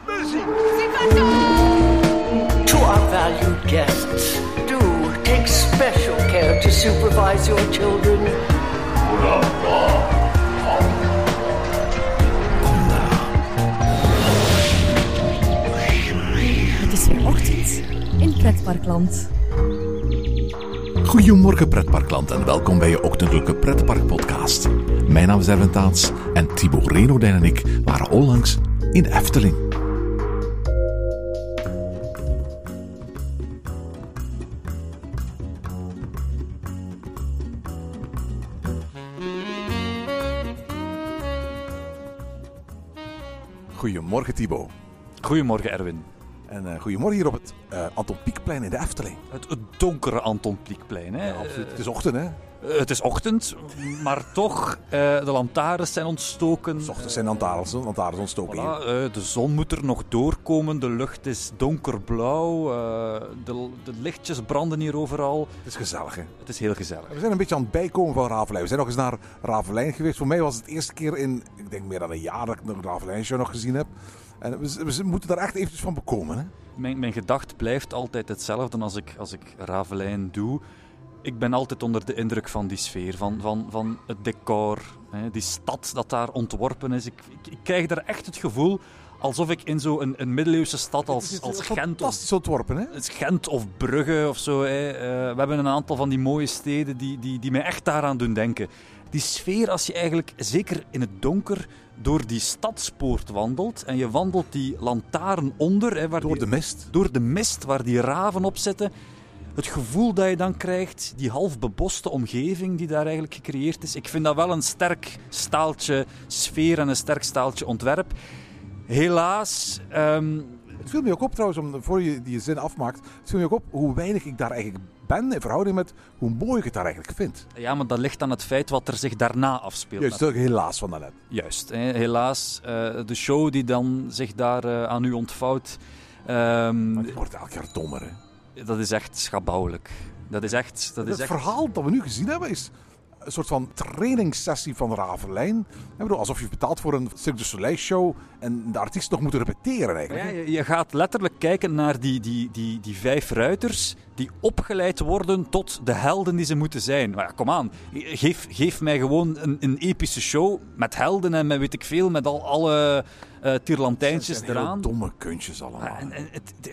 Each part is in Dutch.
Muziek! To our valued guests, do take special care to supervise your children. Het is weer ochtend in Pretparkland. Goedemorgen Pretparkland en welkom bij je ochtendelijke Pretparkpodcast. Mijn naam is Erwin Taats en Thibaut Renodijn en ik waren onlangs in de Efteling. Goedemorgen Thibaut. Goedemorgen Erwin. En goedemorgen hier op het Anton Pieckplein in de Efteling. Het donkere Anton Pieckplein. Hè? Ja, absoluut. Het is ochtend, hè? Het is ochtend, maar toch, de lantaarns zijn ontstoken. 's Ochtends zijn lantaarns ontstoken hier. Voilà, de zon moet er nog doorkomen, de lucht is donkerblauw, de lichtjes branden hier overal. Het is gezellig, hè? Het is heel gezellig. We zijn een beetje aan het bijkomen van Ravelijn. We zijn nog eens naar Ravelijn geweest. Voor mij was het de eerste keer in, ik denk meer dan een jaar dat ik de Ravelijn-show nog gezien heb. En we moeten daar echt eventjes van bekomen, hè? Mijn gedachte blijft altijd hetzelfde als ik Ravelijn doe. Ik ben altijd onder de indruk van die sfeer, van het decor, hè, die stad dat daar ontworpen is. Ik krijg daar echt het gevoel alsof ik in zo'n een middeleeuwse stad als Gent, fantastisch ontworpen, hè? Gent of Brugge of zo. Hè. We hebben een aantal van die mooie steden die mij echt daaraan doen denken. Die sfeer, als je eigenlijk, zeker in het donker, door die stadspoort wandelt en je wandelt die lantaarn onder. Hè, Door de mist. Door de mist, waar die raven op zitten. Het gevoel dat je dan krijgt, die half beboste omgeving die daar eigenlijk gecreëerd is. Ik vind dat wel een sterk staaltje sfeer en een sterk staaltje ontwerp. Helaas... Het viel me ook op trouwens, voor je die zin afmaakt, het viel me ook op hoe weinig ik daar eigenlijk ben in verhouding met hoe mooi ik het daar eigenlijk vind. Ja, maar dat ligt aan het feit wat er zich daarna afspeelt. Juist, helaas van daarnet. Juist, hè, helaas. De show die dan zich daar aan u ontvouwt... Maar die wordt elk jaar dommer, hè? Dat is echt schabouwelijk. Het Verhaal dat we nu gezien hebben is een soort van trainingssessie van Ravelijn. Ik bedoel, alsof je betaalt voor een Cirque du Soleil show en de artiest nog moet repeteren eigenlijk. Ja, je gaat letterlijk kijken naar die 5 ruiters die opgeleid worden tot de helden die ze moeten zijn. Maar ja, kom aan, geef mij gewoon een epische show met helden en met weet ik veel, met alle tierlantijntjes eraan. Heel domme kunstjes allemaal. Ja, en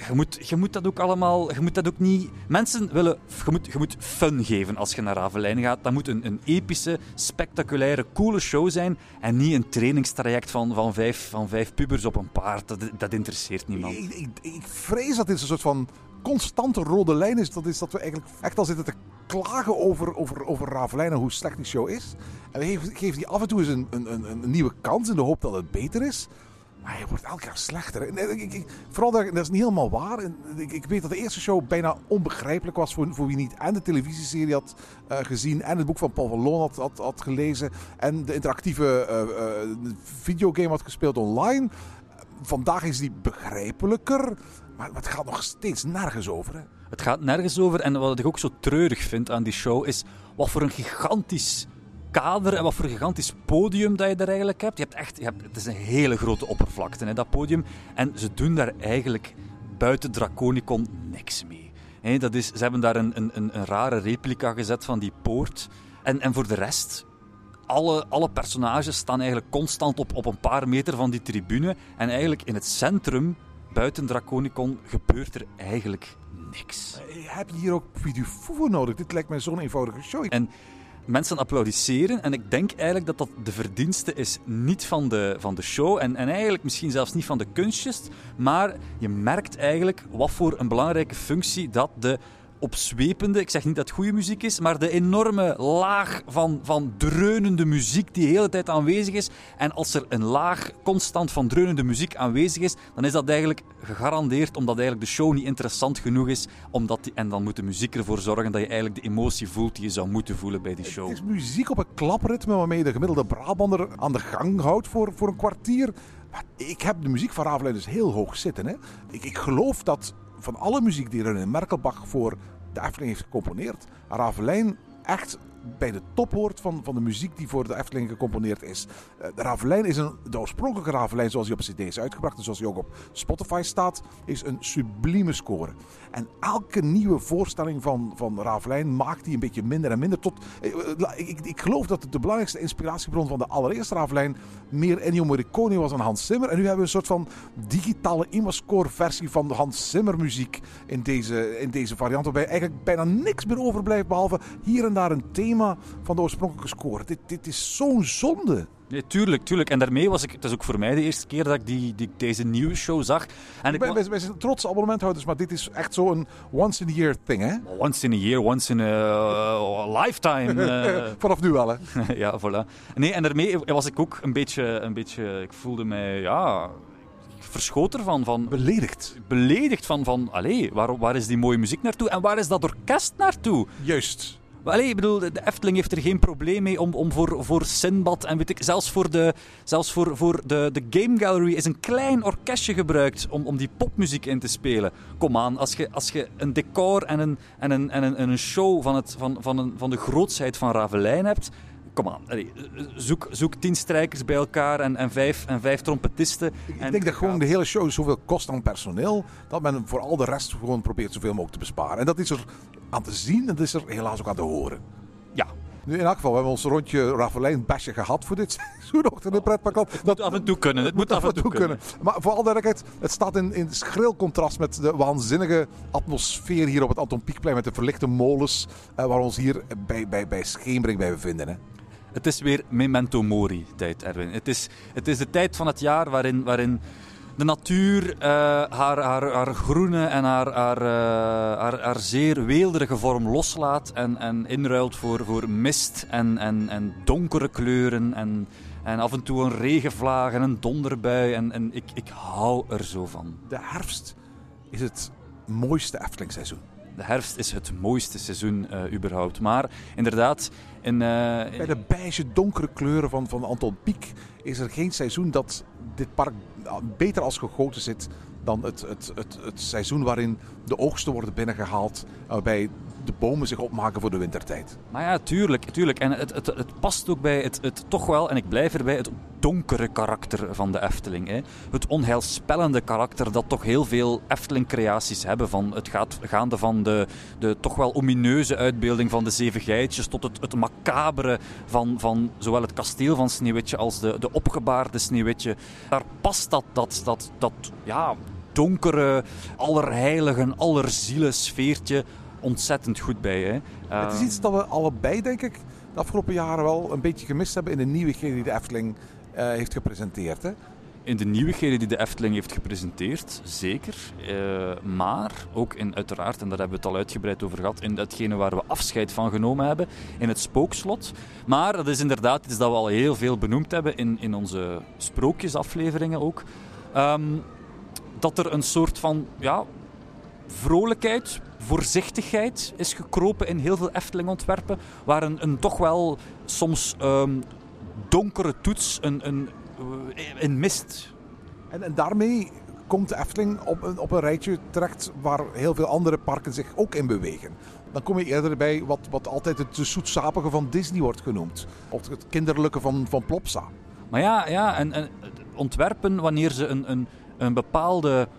je moet dat ook allemaal... Je moet dat ook niet... Mensen willen... Je moet fun geven als je naar Ravelijn gaat. Dat moet een epische, spectaculaire, coole show zijn en niet een trainingstraject van vijf pubers op een paard. Dat interesseert niemand. Ik vrees dat dit een soort van constante rode lijn is. Dat we eigenlijk echt al zitten te klagen over Ravelijn en hoe slecht die show is. En we geven die af en toe eens een nieuwe kans in de hoop dat het beter is. Maar hij wordt elk jaar slechter. Vooral dat is niet helemaal waar. Ik weet dat de eerste show bijna onbegrijpelijk was voor wie niet en de televisieserie had gezien en het boek van Paul van Loon had gelezen en de interactieve videogame had gespeeld online. Vandaag is die begrijpelijker, maar het gaat nog steeds nergens over. Hè? Het gaat nergens over en wat ik ook zo treurig vind aan die show is wat voor een gigantisch kader en wat voor een gigantisch podium dat je daar eigenlijk hebt. Het is een hele grote oppervlakte, hè, dat podium. En ze doen daar eigenlijk buiten Draconicon niks mee. Ze hebben daar een rare replica gezet van die poort. En voor de rest, alle personages staan eigenlijk constant op een paar meter van die tribune. En eigenlijk in het centrum, buiten Draconicon, gebeurt er eigenlijk niks. Heb je hier ook Puy-du-Fou voor nodig? Dit lijkt mij zo'n eenvoudige show. En mensen applaudisseren en ik denk eigenlijk dat de verdienste is niet van de show en eigenlijk misschien zelfs niet van de kunstjes, maar je merkt eigenlijk wat voor een belangrijke functie dat de opzwepende, ik zeg niet dat het goede muziek is, maar de enorme laag van dreunende muziek die de hele tijd aanwezig is. En als er een laag constant van dreunende muziek aanwezig is, dan is dat eigenlijk gegarandeerd omdat eigenlijk de show niet interessant genoeg is. En dan moet de muziek ervoor zorgen dat je eigenlijk de emotie voelt die je zou moeten voelen bij die show. Het is muziek op een klapritme waarmee je de gemiddelde Brabander aan de gang houdt voor een kwartier. Maar ik heb de muziek van Ravelijn dus heel hoog zitten. Hè. Ik geloof dat van alle muziek die René Merkelbach voor de Efteling heeft gecomponeerd, Ravelijn echt bij de top hoort van de muziek die voor de Efteling gecomponeerd is. De Ravelijn is de oorspronkelijke Ravelijn zoals die op CD is uitgebracht en zoals die ook op Spotify staat, is een sublieme score. En elke nieuwe voorstelling van Ravelijn maakt die een beetje minder en minder. Ik geloof dat de belangrijkste inspiratiebron van de allereerste Ravelijn meer Ennio Morricone was dan Hans Zimmer. En nu hebben we een soort van digitale IMA-score versie van de Hans Zimmer muziek in deze variant. Waarbij eigenlijk bijna niks meer overblijft behalve hier en daar een thema van de oorspronkelijke score. Dit is zo'n zonde. Nee, tuurlijk. En daarmee was het is ook voor mij de eerste keer dat ik deze nieuwe show zag. En wij zijn trotse abonnementhouders, maar dit is echt zo'n once-in-a-year thing, hè? Once in a year, once in a lifetime. Vanaf nu wel, hè? Ja, voilà. Nee, en daarmee was ik ook een beetje ik voelde mij, verschoot ervan. Beledigd van allee, waar is die mooie muziek naartoe? En waar is dat orkest naartoe? Juist. Allee, ik bedoel, de Efteling heeft er geen probleem mee om voor Sinbad en weet ik, zelfs voor de Game Gallery is een klein orkestje gebruikt om die popmuziek in te spelen. Kom aan, als je een decor en een show van de grootsheid van Ravelijn hebt, kom aan, allee, zoek 10 strijkers bij elkaar en vijf trompetisten. Ik denk dat gewoon de hele show zoveel kost aan personeel, dat men voor al de rest gewoon probeert zoveel mogelijk te besparen. En dat is er aan te zien en dat is er helaas ook aan te horen. Ja. Nu, in elk geval, we hebben ons rondje Ravelijn-basje gehad voor dit seizoen. In de pretparkland. Het moet af en toe kunnen. Het moet af en toe kunnen. Maar voor alle duidelijkheid, het staat in schril contrast met de waanzinnige atmosfeer hier op het Anton Pieckplein met de verlichte molens, waar we ons hier bij schemering bij bevinden. Hè. Het is weer Memento Mori tijd, Erwin. Het is de tijd van het jaar waarin de natuur haar groene en haar zeer weelderige vorm loslaat en inruilt voor mist en donkere kleuren en af en toe een regenvlaag en een donderbui. En ik hou er zo van. De herfst is het mooiste Efteling-seizoen. De herfst is het mooiste seizoen überhaupt. Maar inderdaad... Bij de beige, donkere kleuren van Anton Pieck is er geen seizoen dat dit park beter als gegoten zit dan het seizoen waarin de oogsten worden binnengehaald, waarbij de bomen zich opmaken voor de wintertijd. Maar ja, tuurlijk. En het past ook bij het toch wel, en ik blijf erbij, het donkere karakter van de Efteling. Hè. Het onheilspellende karakter dat toch heel veel Efteling-creaties hebben. Gaande van de toch wel omineuze uitbeelding van de 7 geitjes tot het macabere van zowel het kasteel van Sneeuwwitje als de opgebaarde Sneeuwwitje. Daar past dat donkere, allerheiligen, allerzielen sfeertje ontzettend goed bij. Hè. Het is iets dat we allebei, denk ik, de afgelopen jaren wel een beetje gemist hebben in de nieuwigheden die de Efteling heeft gepresenteerd. Hè. In de nieuwigheden die de Efteling heeft gepresenteerd, zeker. Maar ook uiteraard, en daar hebben we het al uitgebreid over gehad, in datgene waar we afscheid van genomen hebben, in het Spookslot. Maar dat is inderdaad iets dat we al heel veel benoemd hebben in onze sprookjesafleveringen ook. Dat er een soort van vrolijkheid, voorzichtigheid is gekropen in heel veel Efteling-ontwerpen, waar een toch wel soms donkere toets, een mist. En daarmee komt de Efteling op een rijtje terecht waar heel veel andere parken zich ook in bewegen. Dan kom je eerder bij wat altijd het zoetsapige van Disney wordt genoemd. Of het kinderlijke van Plopsa. Maar ja, en ontwerpen wanneer ze een bepaalde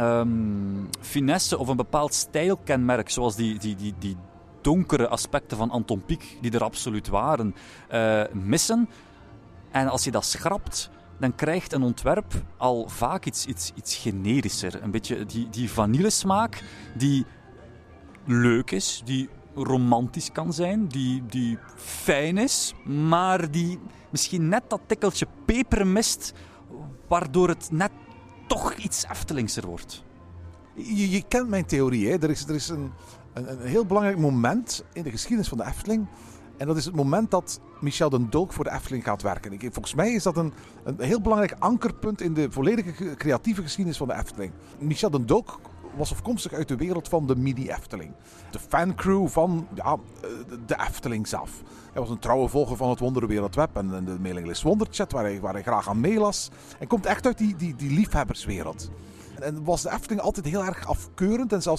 finesse of een bepaald stijlkenmerk, zoals die donkere aspecten van Anton Pieck, die er absoluut waren, missen. En als je dat schrapt, dan krijgt een ontwerp al vaak iets generischer. Een beetje die vanillesmaak die leuk is, die romantisch kan zijn, die fijn is, maar die misschien net dat tikkeltje peper mist, waardoor het net toch iets Eftelingser wordt. Je kent mijn theorie, hè? Er is een heel belangrijk moment in de geschiedenis van de Efteling. En dat is het moment dat Michel den Dulk voor de Efteling gaat werken. Volgens mij is dat een heel belangrijk ankerpunt in de volledige creatieve geschiedenis van de Efteling. Michel den Dulk was afkomstig uit de wereld van de mini-Efteling. De fancrew van de Efteling zelf. Hij was een trouwe volger van het Wonderwereldweb en de mailinglist Wonderchat, waar hij graag aan meelas. En komt echt uit die liefhebberswereld. En was de Efteling altijd heel erg afkeurend en zelfs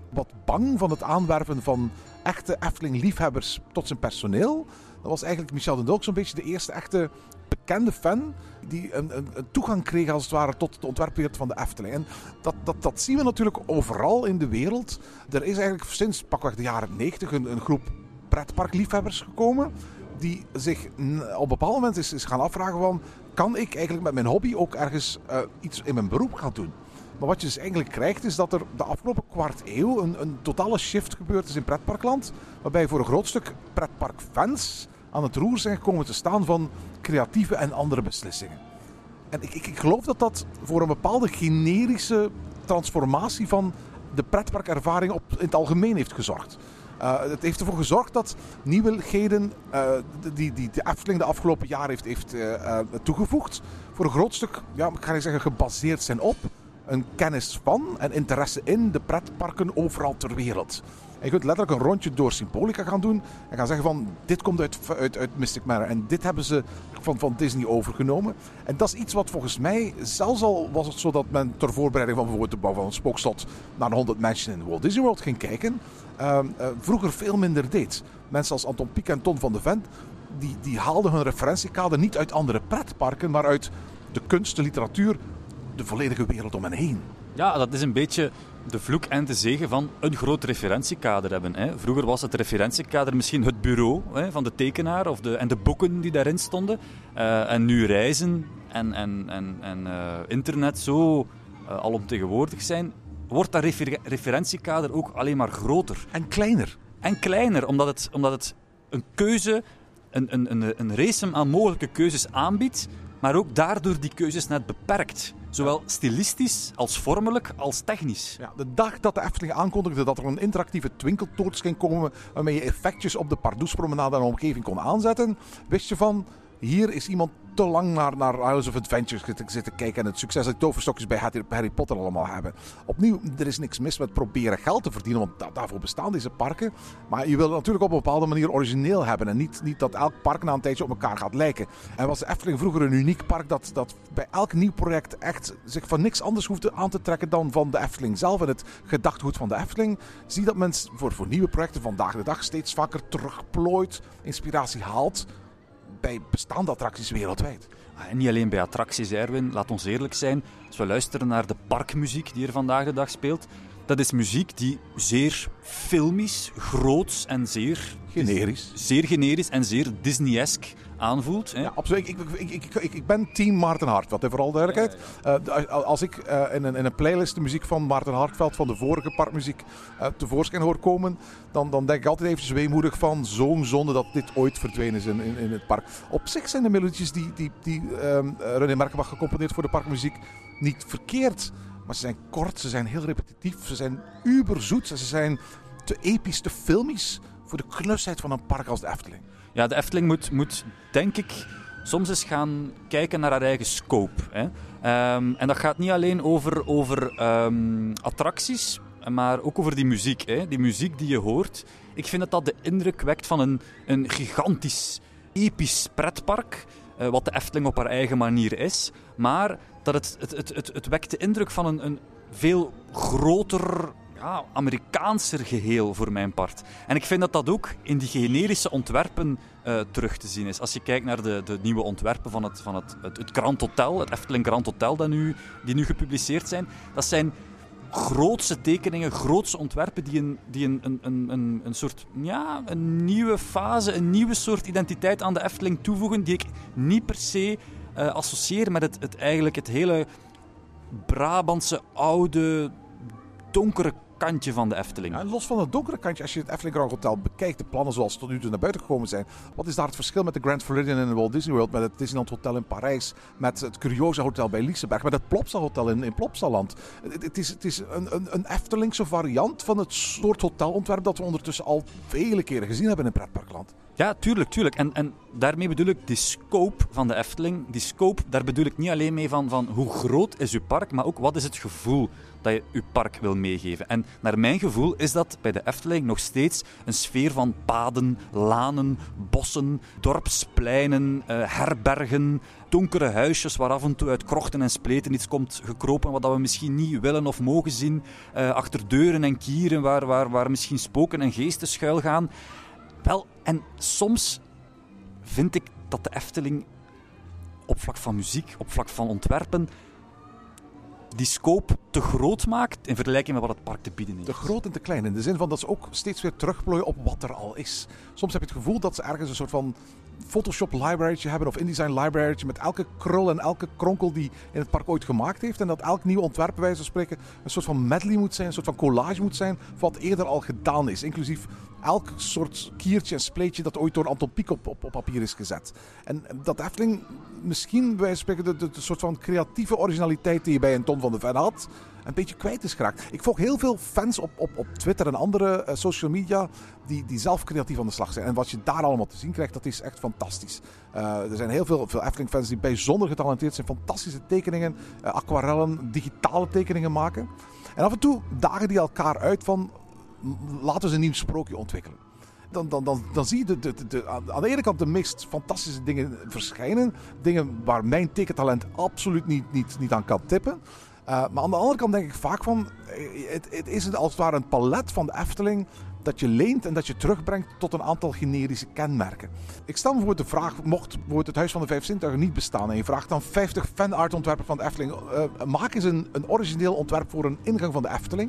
wat bang van het aanwerven van echte Efteling-liefhebbers tot zijn personeel. Dat was eigenlijk Michel den Dulk zo'n beetje de eerste echte bekende fan die een toegang kreeg als het ware tot de ontwerpwereld van de Efteling. En dat zien we natuurlijk overal in de wereld. Er is eigenlijk sinds pakweg de jaren 90 een groep pretparkliefhebbers gekomen die zich op een bepaald moment is gaan afvragen van, kan ik eigenlijk met mijn hobby ook ergens iets in mijn beroep gaan doen? Maar wat je dus eigenlijk krijgt is dat er de afgelopen kwart eeuw een totale shift gebeurd is in pretparkland, waarbij voor een groot stuk pretparkfans aan het roer zijn gekomen te staan van creatieve en andere beslissingen. En ik geloof dat voor een bepaalde generische transformatie van de pretparkervaring in het algemeen heeft gezorgd. Het heeft ervoor gezorgd dat nieuwigheden die de Efteling de afgelopen jaren heeft toegevoegd, voor een groot stuk, ja, ik ga niet zeggen gebaseerd zijn op een kennis van en interesse in de pretparken overal ter wereld. En je kunt letterlijk een rondje door Symbolica gaan doen en gaan zeggen van, dit komt uit Mystic Manor en dit hebben ze van Disney overgenomen. En dat is iets wat volgens mij, zelfs al was het zo dat men ter voorbereiding van bijvoorbeeld de bouw van een spookslot naar de 100 mensen in Walt Disney World ging kijken, vroeger veel minder deed. Mensen als Anton Pieck en Ton van de Ven, die haalden hun referentiekader niet uit andere pretparken, maar uit de kunst, de literatuur, de volledige wereld om hen heen. Ja, dat is een beetje de vloek en de zegen van een groot referentiekader hebben. Hè. Vroeger was het referentiekader misschien het bureau van de tekenaar en de boeken die daarin stonden. En nu reizen en internet zo alomtegenwoordig zijn, wordt dat referentiekader ook alleen maar groter. En kleiner. En kleiner, omdat het een keuze, een race aan mogelijke keuzes aanbiedt, maar ook daardoor die keuzes net beperkt. Zowel stilistisch als vormelijk als technisch. Ja, de dag dat de Efteling aankondigde dat er een interactieve twinkeltoorts ging komen, waarmee je effectjes op de Pardoespromenade en de omgeving kon aanzetten, wist je van, hier is iemand te lang naar Islands of Adventure zitten kijken en het succes dat toverstokjes bij Harry Potter allemaal hebben. Opnieuw, er is niks mis met proberen geld te verdienen, want daarvoor bestaan deze parken. Maar je wil het natuurlijk op een bepaalde manier origineel hebben en niet dat elk park na een tijdje op elkaar gaat lijken. En was de Efteling vroeger een uniek park dat bij elk nieuw project echt zich van niks anders hoefde aan te trekken dan van de Efteling zelf en het gedachtegoed van de Efteling. Zie dat men voor nieuwe projecten vandaag de dag steeds vaker terugplooit, inspiratie haalt bij bestaande attracties wereldwijd. En niet alleen bij attracties, Erwin. Laat ons eerlijk zijn. Als we luisteren naar de parkmuziek die er vandaag de dag speelt, dat is muziek die zeer filmisch, groots en zeer generisch en zeer Disney-esk aanvoelt. Hè? Ja, absoluut. Ik ben team Maarten Hartveld, vooral duidelijkheid. Als ik in een playlist de muziek van Maarten Hartveld van de vorige parkmuziek tevoorschijn hoor komen, dan denk ik altijd eventjes weemoedig van zo'n zonde dat dit ooit verdwenen is in het park. Op zich zijn de melodietjes die René Merkelbach gecomponeerd voor de parkmuziek niet verkeerd. Maar ze zijn kort, ze zijn heel repetitief, ze zijn uberzoet, ze zijn te episch, te filmisch voor de knusheid van een park als de Efteling. Ja, de Efteling moet denk ik, soms eens gaan kijken naar haar eigen scope. Hè. En dat gaat niet alleen over attracties, maar ook over die muziek. Hè. Die muziek die je hoort. Ik vind dat de indruk wekt van een gigantisch, episch pretpark, wat de Efteling op haar eigen manier is. Maar dat het wekt de indruk van een veel groter, Amerikaanser geheel voor mijn part. En ik vind dat ook in die generische ontwerpen terug te zien is. Als je kijkt naar de nieuwe ontwerpen van het Grand Hotel, het Efteling Grand Hotel die nu gepubliceerd zijn, dat zijn grootse tekeningen, grootse ontwerpen die een soort, een nieuwe fase, een nieuwe soort identiteit aan de Efteling toevoegen, die ik niet per se associeer met het hele Brabantse, oude, donkere kantje van de Efteling. Ja, los van het donkere kantje, als je het Efteling Grand Hotel bekijkt, de plannen zoals tot nu toe naar buiten gekomen zijn, wat is daar het verschil met de Grand Floridian in Walt Disney World, met het Disneyland Hotel in Parijs, met het Curiosa Hotel bij Liseberg, met het Plopsa Hotel in Plopsaland? Het is een Eftelingse variant van het soort hotelontwerp dat we ondertussen al vele keren gezien hebben in pretparkland. Ja, tuurlijk. En daarmee bedoel ik die scope van de Efteling. Die scope, daar bedoel ik niet alleen mee van hoe groot is uw park, maar ook wat is het gevoel dat je uw park wil meegeven. En naar mijn gevoel is dat bij de Efteling nog steeds een sfeer van paden, lanen, bossen, dorpspleinen, herbergen, donkere huisjes waar af en toe uit krochten en spleten iets komt gekropen wat we misschien niet willen of mogen zien. Achter deuren en kieren waar misschien spoken en geesten schuilgaan. Wel, en soms vind ik dat de Efteling op vlak van muziek, op vlak van ontwerpen, die scope te groot maakt in vergelijking met wat het park te bieden heeft. Te groot en te klein, in de zin van dat ze ook steeds weer terugplooien op wat er al is. Soms heb je het gevoel dat ze ergens een soort van Photoshop librarytje hebben of InDesign librarytje met elke krul en elke kronkel die in het park ooit gemaakt heeft. En dat elk nieuw ontwerp, bij wijze van spreken, een soort van medley moet zijn, een soort van collage moet zijn van wat eerder al gedaan is. Inclusief elk soort kiertje en spleetje dat ooit door Anton Pieck op papier is gezet. En dat Efteling misschien, bij wijze van spreken, de soort van creatieve originaliteit die je bij een Ton van de Ven had, een beetje kwijt is geraakt. Ik volg heel veel fans op Twitter en andere social media die zelf creatief aan de slag zijn. En wat je daar allemaal te zien krijgt, dat is echt fantastisch. Er zijn heel veel Efteling-fans die bijzonder getalenteerd zijn. Fantastische tekeningen, aquarellen, digitale tekeningen maken. En af en toe dagen die elkaar uit van laten we een nieuw sprookje ontwikkelen. Dan zie je aan de ene kant de meest fantastische dingen verschijnen. Dingen waar mijn tekentalent absoluut niet aan kan tippen. Maar aan de andere kant denk ik vaak van, het is als het ware een palet van de Efteling dat je leent en dat je terugbrengt tot een aantal generische kenmerken. Ik stel me voor de vraag, mocht bijvoorbeeld het Huis van de Vijf Zintuigen niet bestaan en je vraagt dan 50 fanart ontwerpers van de Efteling, maak eens een origineel ontwerp voor een ingang van de Efteling.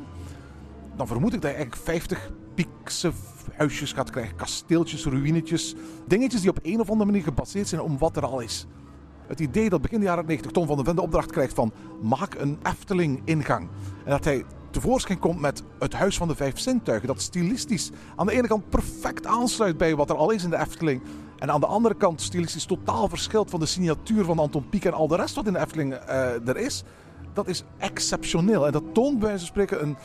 Dan vermoed ik dat je eigenlijk 50 Piekse huisjes gaat krijgen, kasteeltjes, ruïnetjes, dingetjes die op een of andere manier gebaseerd zijn op wat er al is. Het idee dat begin de jaren 90 Ton van de Ven de opdracht krijgt van maak een Efteling-ingang. En dat hij tevoorschijn komt met het Huis van de Vijf Zintuigen. Dat stilistisch aan de ene kant perfect aansluit bij wat er al is in de Efteling. En aan de andere kant stilistisch totaal verschilt van de signatuur van Anton Pieck en al de rest wat in de Efteling er is. Dat is exceptioneel. En dat toont bij wijze van spreken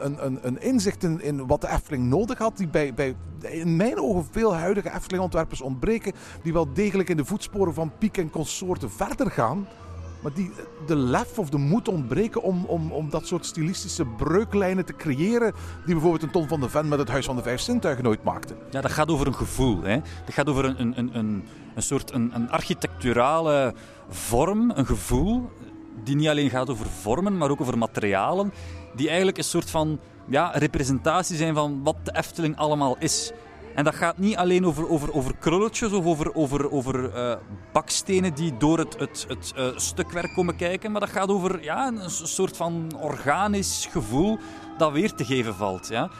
een inzicht in wat de Efteling nodig had. Die bij in mijn ogen veel huidige Efteling-ontwerpers ontbreken. Die wel degelijk in de voetsporen van Pieck en consorten verder gaan. Maar die de lef of de moed ontbreken om dat soort stilistische breuklijnen te creëren. Die bijvoorbeeld een Ton van de Ven met het Huis van de Vijf Zintuigen nooit maakte. Ja, dat gaat over een gevoel. Hè? Dat gaat over een soort architecturale vorm, een gevoel. Die niet alleen gaat over vormen, maar ook over materialen. Die eigenlijk een soort van representatie zijn van wat de Efteling allemaal is. En dat gaat niet alleen over krulletjes of over bakstenen die door het stukwerk komen kijken. Maar dat gaat over een soort van organisch gevoel dat weer te geven valt. Ja?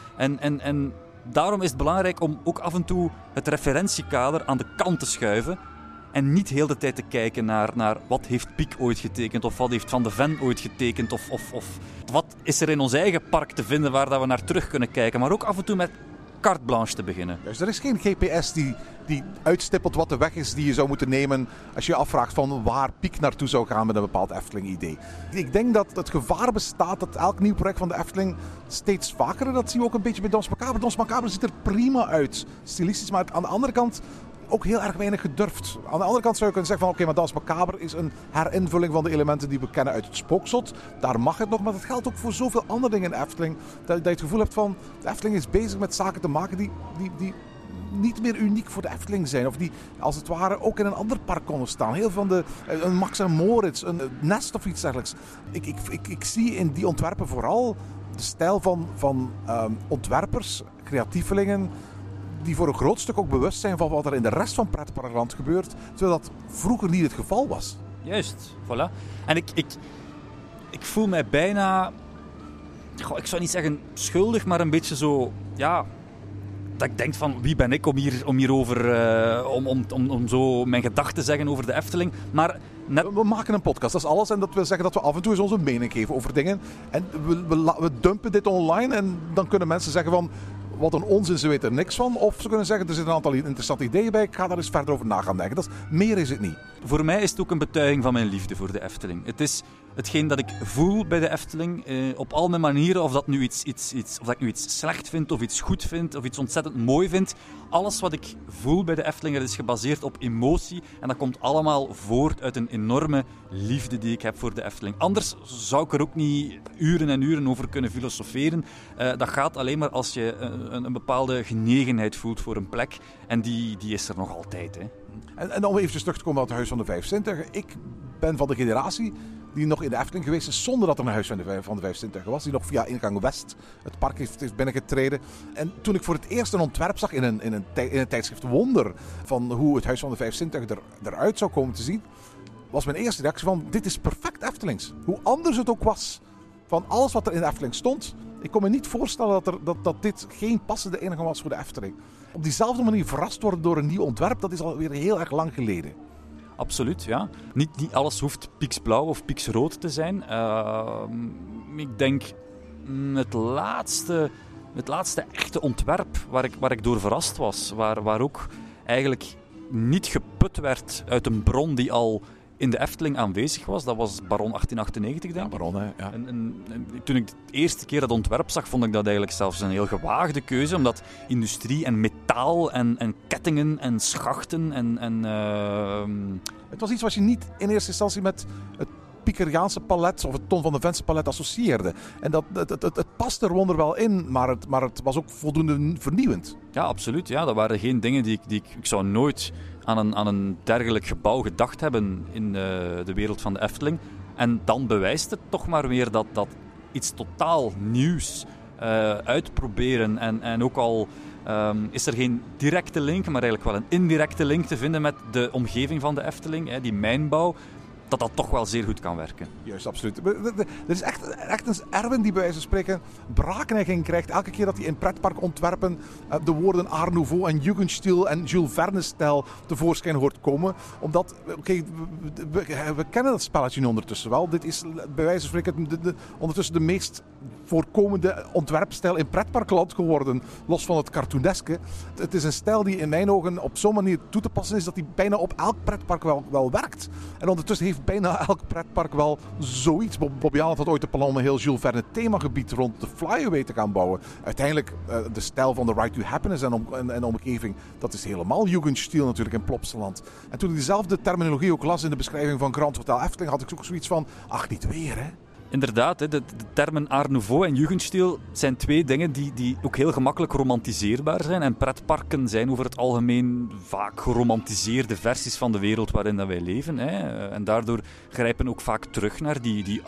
En daarom is het belangrijk om ook af en toe het referentiekader aan de kant te schuiven. En niet heel de tijd te kijken naar wat heeft Pieck ooit getekend of wat heeft Van de Ven ooit getekend of wat is er in ons eigen park te vinden waar dat we naar terug kunnen kijken. Maar ook af en toe met carte blanche te beginnen. Dus er is geen GPS die uitstippelt wat de weg is die je zou moeten nemen als je je afvraagt van waar Pieck naartoe zou gaan met een bepaald Efteling-idee. Ik denk dat het gevaar bestaat dat elk nieuw project van de Efteling steeds vaker, en dat zien we ook een beetje bij Danse Macabre. Danse Macabre ziet er prima uit, stilistisch, maar aan de andere kant ook heel erg weinig gedurfd. Aan de andere kant zou je kunnen zeggen van oké, maar Danse Macabre is een herinvulling van de elementen die we kennen uit het Spookslot. Daar mag het nog, maar dat geldt ook voor zoveel andere dingen in de Efteling. Dat je het gevoel hebt van de Efteling is bezig met zaken te maken die niet meer uniek voor de Efteling zijn. Of die als het ware ook in een ander park konden staan. Heel van een Max en Moritz, een Nest of iets dergelijks. Ik zie in die ontwerpen vooral de stijl van ontwerpers, creatievelingen, die voor een groot stuk ook bewust zijn van wat er in de rest van pretparkland gebeurt, terwijl dat vroeger niet het geval was. Juist, voilà. En ik voel mij bijna, ik zou niet zeggen schuldig, maar een beetje zo, dat ik denk van wie ben ik om hierover, om zo mijn gedachten te zeggen over de Efteling. Maar we maken een podcast, dat is alles. En dat wil zeggen dat we af en toe eens onze mening geven over dingen. En we dumpen dit online en dan kunnen mensen zeggen van wat een onzin, ze weten er niks van. Of ze kunnen zeggen, er zitten een aantal interessante ideeën bij. Ik ga daar eens verder over na gaan denken. Meer is het niet. Voor mij is het ook een betuiging van mijn liefde voor de Efteling. Het is hetgeen dat ik voel bij de Efteling, op al mijn manieren, of dat nu of dat ik nu iets slecht vind, of iets goed vind, of iets ontzettend mooi vind. Alles wat ik voel bij de Efteling, dat is gebaseerd op emotie. En dat komt allemaal voort uit een enorme liefde die ik heb voor de Efteling. Anders zou ik er ook niet uren en uren over kunnen filosoferen. Dat gaat alleen maar als je een bepaalde genegenheid voelt voor een plek. En die is er nog altijd. Hè. En om even terug te komen op het Huis van de Vijf Zintuigen. Ik ben van de generatie die nog in de Efteling geweest is zonder dat er een Huis van de Vijf Zintuigen was. Die nog via ingang West het park heeft binnengetreden. En toen ik voor het eerst een ontwerp zag in een tijdschrift Wonder van hoe het Huis van de Vijf Zintuigen eruit zou komen te zien, was mijn eerste reactie van, dit is perfect Eftelings. Hoe anders het ook was van alles wat er in de Efteling stond. Ik kon me niet voorstellen dat dit geen passende ingang was voor de Efteling. Op diezelfde manier verrast worden door een nieuw ontwerp, dat is alweer heel erg lang geleden. Absoluut, ja. Niet alles hoeft piksblauw of piksrood te zijn. Ik denk het laatste echte ontwerp waar ik door verrast was, waar ook eigenlijk niet geput werd uit een bron die al in de Efteling aanwezig was. Dat was Baron 1898, denk ik. Ja, Baron, hè. Ja. En toen ik de eerste keer dat ontwerp zag, vond ik dat eigenlijk zelfs een heel gewaagde keuze, omdat industrie en metaal en kettingen en schachten Het was iets wat je niet in eerste instantie met het Pikeriaanse palet of het Ton van de Vence palet associeerde. En het past er wonderwel in, maar het was ook voldoende vernieuwend. Ja, absoluut. Ja. Dat waren geen dingen die ik zou nooit aan een dergelijk gebouw gedacht hebben in de wereld van de Efteling. En dan bewijst het toch maar weer dat iets totaal nieuws uitproberen en ook al is er geen directe link, maar eigenlijk wel een indirecte link te vinden met de omgeving van de Efteling, die mijnbouw, dat toch wel zeer goed kan werken. Juist, absoluut. Er is echt een Erwin die bij wijze van spreken braakneiging krijgt elke keer dat hij in pretparkontwerpen de woorden Art Nouveau en Jugendstil en Jules Verne-stijl tevoorschijn hoort komen. Omdat, we kennen dat spelletje nu ondertussen wel. Dit is bij wijze van spreken ondertussen de meest voorkomende ontwerpstijl in pretparkland geworden, los van het cartooneske. Het is een stijl die in mijn ogen op zo'n manier toe te passen is dat die bijna op elk pretpark wel werkt. En ondertussen heeft bijna elk pretpark wel zoiets. Bobby Allen had ooit de plan om een heel Jules Verne themagebied rond de Flyaway te gaan bouwen. Uiteindelijk de stijl van The Ride to Happiness en omgeving, dat is helemaal Jugendstil natuurlijk in Plopsaland. En toen ik diezelfde terminologie ook las in de beschrijving van Grand Hotel Efteling, had ik ook zoiets van, ach, niet weer, hè. Inderdaad, de termen Art Nouveau en Jugendstil zijn twee dingen die ook heel gemakkelijk romantiseerbaar zijn. En pretparken zijn over het algemeen vaak geromantiseerde versies van de wereld waarin dat wij leven. En daardoor grijpen ook vaak terug naar die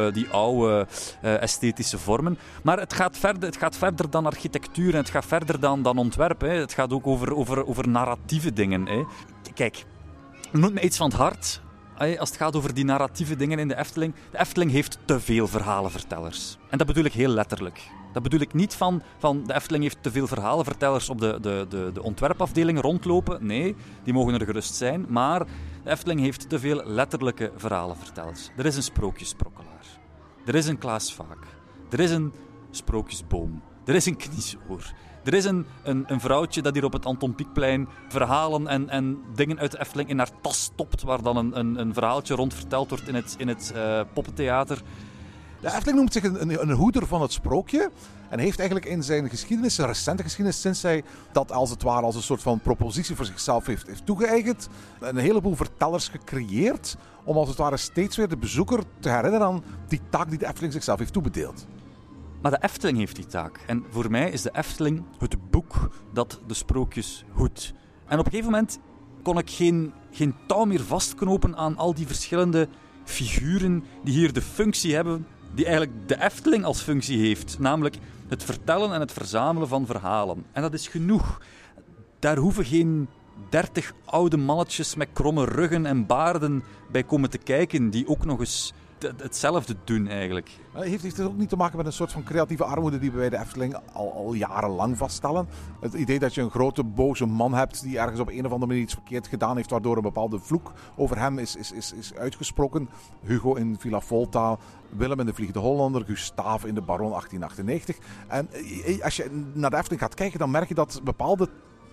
oude esthetische vormen. Maar het gaat verder dan architectuur en het gaat verder dan ontwerp. Het gaat ook over narratieve dingen. Kijk, noem me iets van het hart. Als het gaat over die narratieve dingen in de Efteling. De Efteling heeft te veel verhalenvertellers. En dat bedoel ik heel letterlijk. Dat bedoel ik niet van de Efteling heeft te veel verhalenvertellers op de ontwerpafdeling rondlopen. Nee, die mogen er gerust zijn. Maar de Efteling heeft te veel letterlijke verhalenvertellers. Er is een sprookjesprokkelaar. Er is een Klaas Vaak. Er is een sprookjesboom. Er is een kniezoor. Er is een vrouwtje dat hier op het Anton Pieckplein verhalen en dingen uit de Efteling in haar tas stopt, waar dan een verhaaltje rond verteld wordt in het poppentheater. De Efteling noemt zich een hoeder van het sprookje en heeft eigenlijk in zijn geschiedenis, zijn recente geschiedenis, sinds hij dat als het ware als een soort van propositie voor zichzelf heeft toegeëigend, een heleboel vertellers gecreëerd om als het ware steeds weer de bezoeker te herinneren aan die taak die de Efteling zichzelf heeft toebedeeld. Maar de Efteling heeft die taak. En voor mij is de Efteling het boek dat de sprookjes hoedt. En op een gegeven moment kon ik geen touw meer vastknopen aan al die verschillende figuren die hier de functie hebben, die eigenlijk de Efteling als functie heeft. Namelijk het vertellen en het verzamelen van verhalen. En dat is genoeg. Daar hoeven geen 30 oude mannetjes met kromme ruggen en baarden bij komen te kijken, die ook nog eens hetzelfde doen eigenlijk. Heeft het ook niet te maken met een soort van creatieve armoede die we bij de Efteling al jarenlang vaststellen? Het idee dat je een grote boze man hebt die ergens op een of andere manier iets verkeerd gedaan heeft, waardoor een bepaalde vloek over hem is uitgesproken. Hugo in Villa Volta, Willem in de Vliegende Hollander, Gustave in de Baron 1898. En als je naar de Efteling gaat kijken, dan merk je dat bepaalde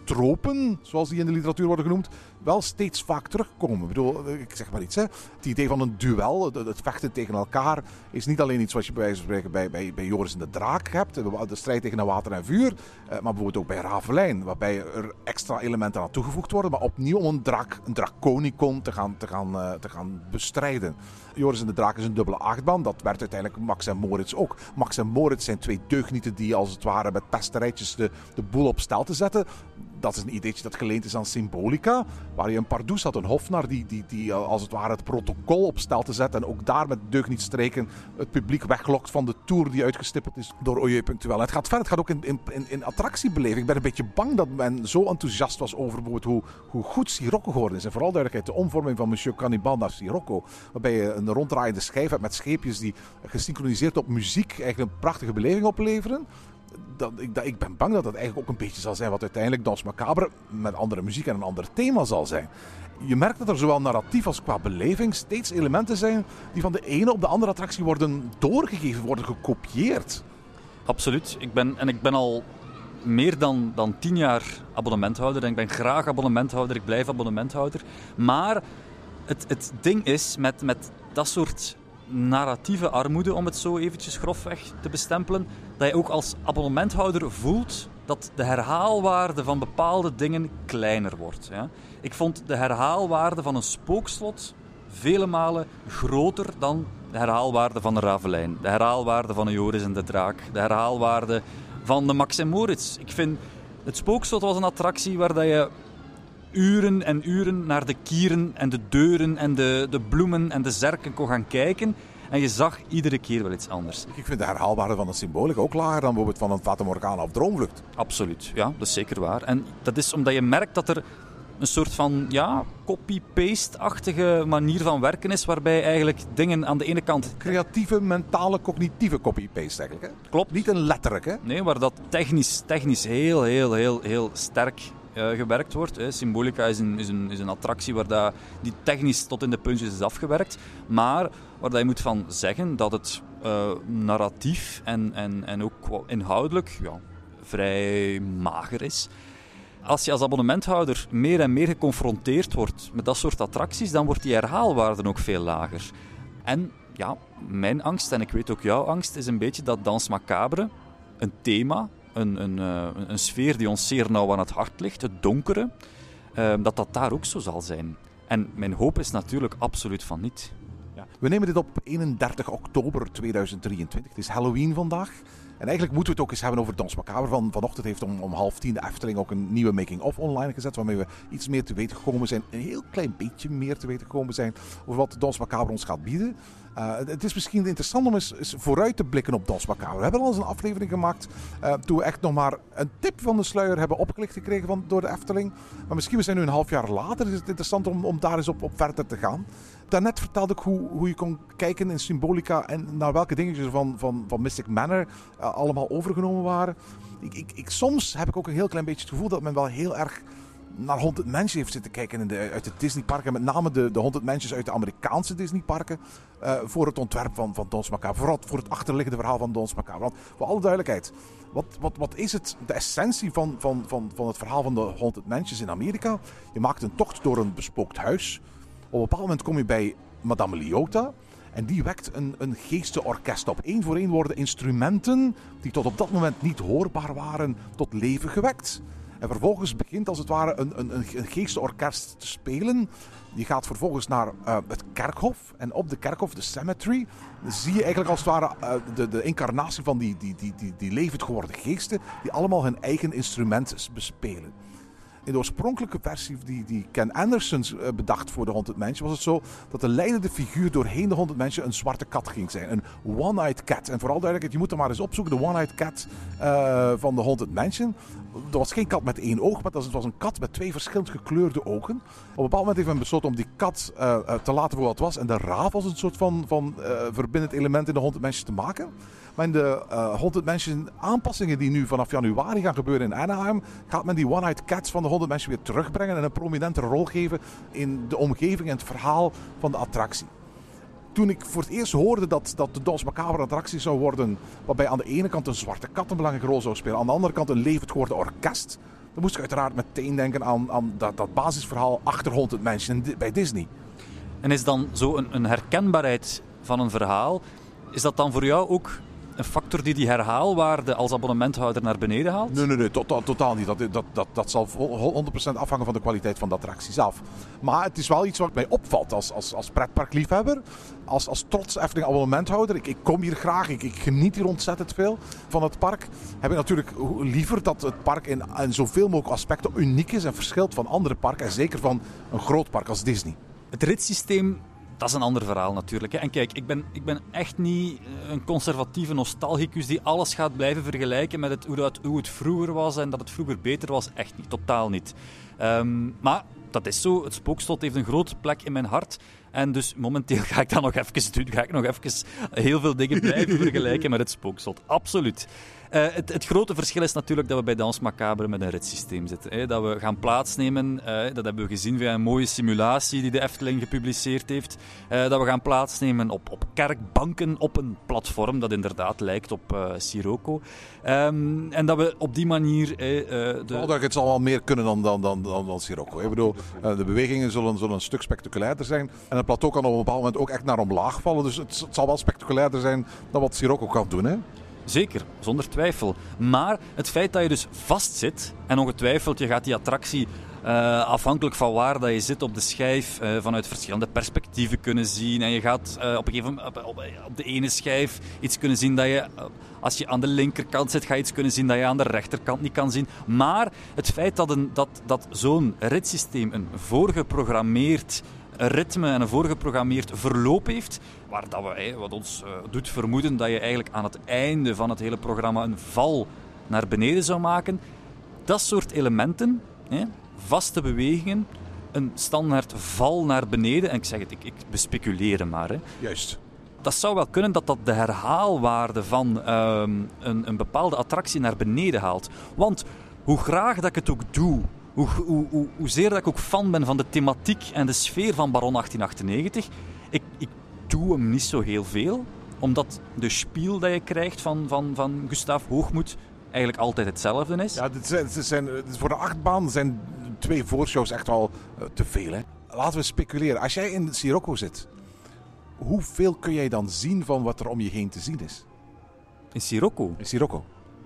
tropen, zoals die in de literatuur worden genoemd, wel steeds vaak terugkomen. Ik bedoel, ik zeg maar iets, hè. Het idee van een duel, het vechten tegen elkaar, is niet alleen iets wat je bij wijze van spreken bij Joris en de Draak hebt, de strijd tegen water en vuur, maar bijvoorbeeld ook bij Ravelijn, waarbij er extra elementen aan toegevoegd worden, maar opnieuw om een draconicon te gaan bestrijden. Joris en de Draak is een dubbele achtbaan, dat werd uiteindelijk Max en Moritz ook. Max en Moritz zijn twee deugnieten die als het ware met pesterijtjes de boel op stel te zetten. Dat is een ideetje dat geleend is aan Symbolica, waar je een Pardoes had, een hofnar die als het ware het protocol op stel te zetten en ook daar met deugnietstreken het publiek weglokt van de tour die uitgestippeld is door Oeil Punctuel. En het gaat verder, het gaat ook in attractiebeleving. Ik ben een beetje bang dat men zo enthousiast was over bijvoorbeeld hoe goed Sirocco geworden is. En vooral duidelijkheid, de omvorming van Monsieur Cannibal naar Sirocco, waarbij je een ronddraaiende schijf hebt met scheepjes die gesynchroniseerd op muziek eigenlijk een prachtige beleving opleveren. Ik ben bang dat het eigenlijk ook een beetje zal zijn wat uiteindelijk Danse Macabre met andere muziek en een ander thema zal zijn. Je merkt dat er zowel narratief als qua beleving steeds elementen zijn die van de ene op de andere attractie worden doorgegeven, worden gekopieerd. Absoluut. Ik ben al meer dan 10 jaar abonnementhouder en ik ben graag abonnementhouder, ik blijf abonnementhouder. Maar het ding is met dat soort narratieve armoede, om het zo eventjes grofweg te bestempelen, dat je ook als abonnementhouder voelt dat de herhaalwaarde van bepaalde dingen kleiner wordt. Ja. Ik vond de herhaalwaarde van een spookslot vele malen groter dan de herhaalwaarde van een Ravelijn, de herhaalwaarde van een Joris en de Draak, de herhaalwaarde van de Max en Moritz. Ik vind, het spookslot was een attractie waar dat je uren en uren naar de kieren en de deuren en de bloemen en de zerken kon gaan kijken. En je zag iedere keer wel iets anders. Ik vind de herhaalwaarde van een symboliek ook lager dan bijvoorbeeld van een Fata Morgana of Droomvlucht. Absoluut, ja, dat is zeker waar. En dat is omdat je merkt dat er een soort van copy-paste-achtige manier van werken is, waarbij eigenlijk dingen aan de ene kant... Creatieve, mentale, cognitieve copy-paste eigenlijk. Hè? Klopt. Niet een letterlijk, hè? Nee, waar dat technisch heel sterk gewerkt wordt. Symbolica is een attractie waar die technisch tot in de puntjes is afgewerkt, maar waar dat je moet van zeggen dat het narratief en ook inhoudelijk vrij mager is. Als je als abonnementhouder meer en meer geconfronteerd wordt met dat soort attracties, dan wordt die herhaalwaarde ook veel lager. En ja, mijn angst, en ik weet ook jouw angst, is een beetje dat Danse Macabre, een thema, een sfeer die ons zeer nauw aan het hart ligt, het donkere, dat daar ook zo zal zijn. En mijn hoop is natuurlijk absoluut van niet. Ja. We nemen dit op 31 oktober 2023. Het is Halloween vandaag. En eigenlijk moeten we het ook eens hebben over Danse Macabre. Vanochtend heeft om 9:30 de Efteling ook een nieuwe making-of online gezet, waarmee we iets meer te weten gekomen zijn, een heel klein beetje meer te weten gekomen zijn over wat Danse Macabre ons gaat bieden. Het is misschien interessant om eens vooruit te blikken op Danse Macabre. We hebben al eens een aflevering gemaakt toen we echt nog maar een tip van de sluier hebben opgelicht gekregen door de Efteling. Maar misschien we zijn nu een half jaar later, is het interessant om daar eens op verder te gaan. Daarnet vertelde ik hoe je kon kijken in Symbolica en naar welke dingetjes van Mystic Manor allemaal overgenomen waren. Soms heb ik ook een heel klein beetje het gevoel dat men wel heel erg naar Haunted Mansion heeft zitten kijken uit de Disneyparken. Met name de Haunted Mansions uit de Amerikaanse Disneyparken. Voor het ontwerp van Danse Macabre. Vooral voor het achterliggende verhaal van Danse Macabre. Want voor alle duidelijkheid, wat is het? De essentie van het verhaal van de Haunted Mansions in Amerika? Je maakt een tocht door een bespookt huis. Op een bepaald moment kom je bij Madame Leota. En die wekt een geestenorkest op. 1 voor 1 worden instrumenten die tot op dat moment niet hoorbaar waren, tot leven gewekt. En vervolgens begint als het ware een geestenorkest te spelen. Die gaat vervolgens naar het kerkhof. En op de kerkhof, de cemetery, zie je eigenlijk als het ware de incarnatie van die levend geworden geesten. Die allemaal hun eigen instrument bespelen. In de oorspronkelijke versie die Ken Anderson bedacht voor de Haunted Mansion was het zo dat de leidende figuur doorheen de Haunted Mansion een zwarte kat ging zijn. Een one-eyed cat. En vooral duidelijkheid, je moet er maar eens opzoeken, de one-eyed cat van de Haunted Mansion. Dat was geen kat met 1 oog, maar het was een kat met 2 verschillend gekleurde ogen. Op een bepaald moment heeft men besloten om die kat te laten voor wat het was. En de raaf als een soort van verbindend element in de Haunted Mansion te maken. Maar in de Haunted Mansion aanpassingen die nu vanaf januari gaan gebeuren in Anaheim, gaat men die one-eyed cats van de Haunted Mansion weer terugbrengen en een prominente rol geven in de omgeving en het verhaal van de attractie. Toen ik voor het eerst hoorde dat de Danse Macabre attractie zou worden, waarbij aan de ene kant een zwarte kat een belangrijke rol zou spelen, aan de andere kant een levend geworden orkest, dan moest ik uiteraard meteen denken aan dat basisverhaal achter Haunted Mansion bij Disney. En is dan zo een herkenbaarheid van een verhaal, is dat dan voor jou ook een factor die herhaalwaarde als abonnementhouder naar beneden haalt? Nee, totaal niet. Dat zal 100% afhangen van de kwaliteit van de attractie zelf. Maar het is wel iets wat mij opvalt als pretparkliefhebber. Als trots Efteling abonnementhouder. Ik kom hier graag, ik geniet hier ontzettend veel van het park. Heb ik natuurlijk liever dat het park in zoveel mogelijk aspecten uniek is en verschilt van andere parken. En zeker van een groot park als Disney. Het ritssysteem, dat is een ander verhaal natuurlijk. Hè. En kijk, ik ben echt niet een conservatieve nostalgicus die alles gaat blijven vergelijken met hoe het vroeger was en dat het vroeger beter was. Echt niet, totaal niet. Maar dat is zo. Het Spookslot heeft een grote plek in mijn hart. En dus momenteel ga ik dat nog even doen. Ga ik nog even heel veel dingen blijven vergelijken met het Spookslot. Absoluut. Het grote verschil is natuurlijk dat we bij Danse Macabre met een ritssysteem zitten. Hè. Dat we gaan plaatsnemen, dat hebben we gezien via een mooie simulatie die de Efteling gepubliceerd heeft. Dat we gaan plaatsnemen op kerkbanken op een platform dat inderdaad lijkt op Sirocco. En dat we op die manier... Het zal wel meer kunnen dan Sirocco. Ik bedoel, de bewegingen zullen een stuk spectaculairder zijn. En het plateau kan op een bepaald moment ook echt naar omlaag vallen. Dus het zal wel spectaculairder zijn dan wat Sirocco kan doen, hè? Zeker, zonder twijfel. Maar het feit dat je dus vastzit, en ongetwijfeld, je gaat die attractie afhankelijk van waar dat je zit op de schijf vanuit verschillende perspectieven kunnen zien. En je gaat op een gegeven moment op de ene schijf iets kunnen zien dat je, als je aan de linkerkant zit, ga je iets kunnen zien dat je aan de rechterkant niet kan zien. Maar het feit dat zo'n ritssysteem een voorgeprogrammeerd ritme en een voorgeprogrammeerd verloop heeft, wat ons doet vermoeden dat je eigenlijk aan het einde van het hele programma een val naar beneden zou maken. Dat soort elementen, vaste bewegingen, een standaard val naar beneden, en ik zeg het, ik bespeculeer maar. Hè. Juist. Dat zou wel kunnen dat de herhaalwaarde van een bepaalde attractie naar beneden haalt. Want hoe graag dat ik het ook doe, hoezeer dat ik ook fan ben van de thematiek en de sfeer van Baron 1898, ik doe hem niet zo heel veel, omdat de spiel dat je krijgt van Gustaaf Hoogmoed eigenlijk altijd hetzelfde is. Ja, voor de achtbaan zijn 2 voorshows echt wel te veel. Hè? Laten we speculeren. Als jij in Sirocco zit, hoeveel kun jij dan zien van wat er om je heen te zien is? In Sirocco? In Sirocco.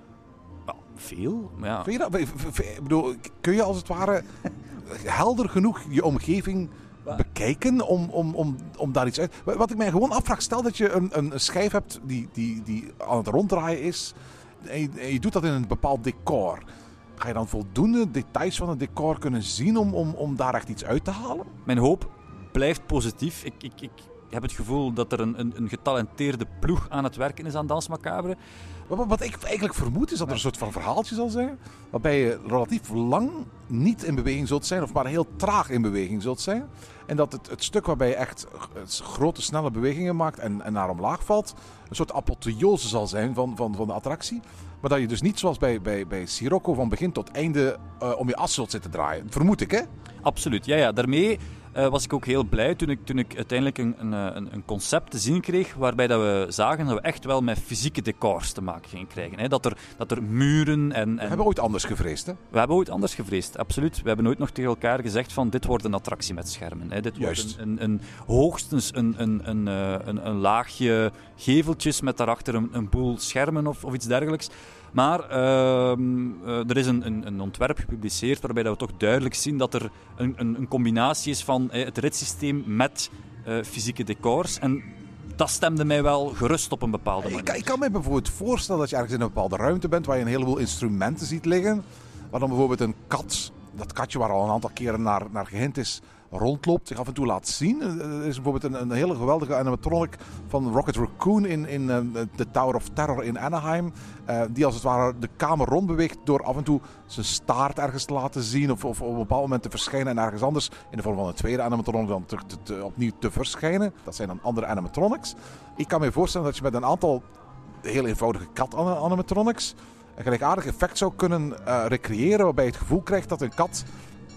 Veel, maar ja. Vind je dat? Ik bedoel, kun je als het ware helder genoeg je omgeving bekijken om daar iets uit... Wat ik mij gewoon afvraag, stel dat je een schijf hebt die aan het ronddraaien is en je doet dat in een bepaald decor. Ga je dan voldoende details van het decor kunnen zien om daar echt iets uit te halen? Mijn hoop blijft positief. Ik heb het gevoel dat er een getalenteerde ploeg aan het werken is aan Danse Macabre. Wat ik eigenlijk vermoed is dat er een soort van verhaaltje zal zijn, waarbij je relatief lang niet in beweging zult zijn, of maar heel traag in beweging zult zijn. En dat het stuk waarbij je echt grote, snelle bewegingen maakt en naar omlaag valt, een soort apotheose zal zijn van de attractie. Maar dat je dus niet zoals bij Sirocco van begin tot einde om je as zult zitten draaien. Vermoed ik, hè? Absoluut, ja. Daarmee was ik ook heel blij toen ik uiteindelijk een concept te zien kreeg waarbij dat we zagen dat we echt wel met fysieke decors te maken gingen krijgen. Hè. Dat er muren en... We hebben ooit anders gevreesd, hè? We hebben ooit anders gevreesd, absoluut. We hebben ooit nog tegen elkaar gezegd van dit wordt een attractie met schermen. Hè. Dit Juist. wordt hoogstens een laagje geveltjes met daarachter een boel schermen of iets dergelijks. Maar er is een ontwerp gepubliceerd waarbij dat we toch duidelijk zien dat er een combinatie is van het ritssysteem met fysieke decors. En dat stemde mij wel gerust op een bepaalde manier. Ik kan me bijvoorbeeld voorstellen dat je ergens in een bepaalde ruimte bent waar je een heleboel instrumenten ziet liggen. Waar dan bijvoorbeeld een kat, dat katje waar al een aantal keren naar gehind is, rondloopt, zich af en toe laat zien. Er is bijvoorbeeld een hele geweldige animatronic van Rocket Raccoon in The Tower of Terror in Anaheim. Die als het ware de kamer rondbeweegt door af en toe zijn staart ergens te laten zien of op een bepaald moment te verschijnen en ergens anders in de vorm van een tweede animatronic dan opnieuw te verschijnen. Dat zijn dan andere animatronics. Ik kan me voorstellen dat je met een aantal heel eenvoudige kat-animatronics een gelijkaardig effect zou kunnen recreëren waarbij je het gevoel krijgt dat een kat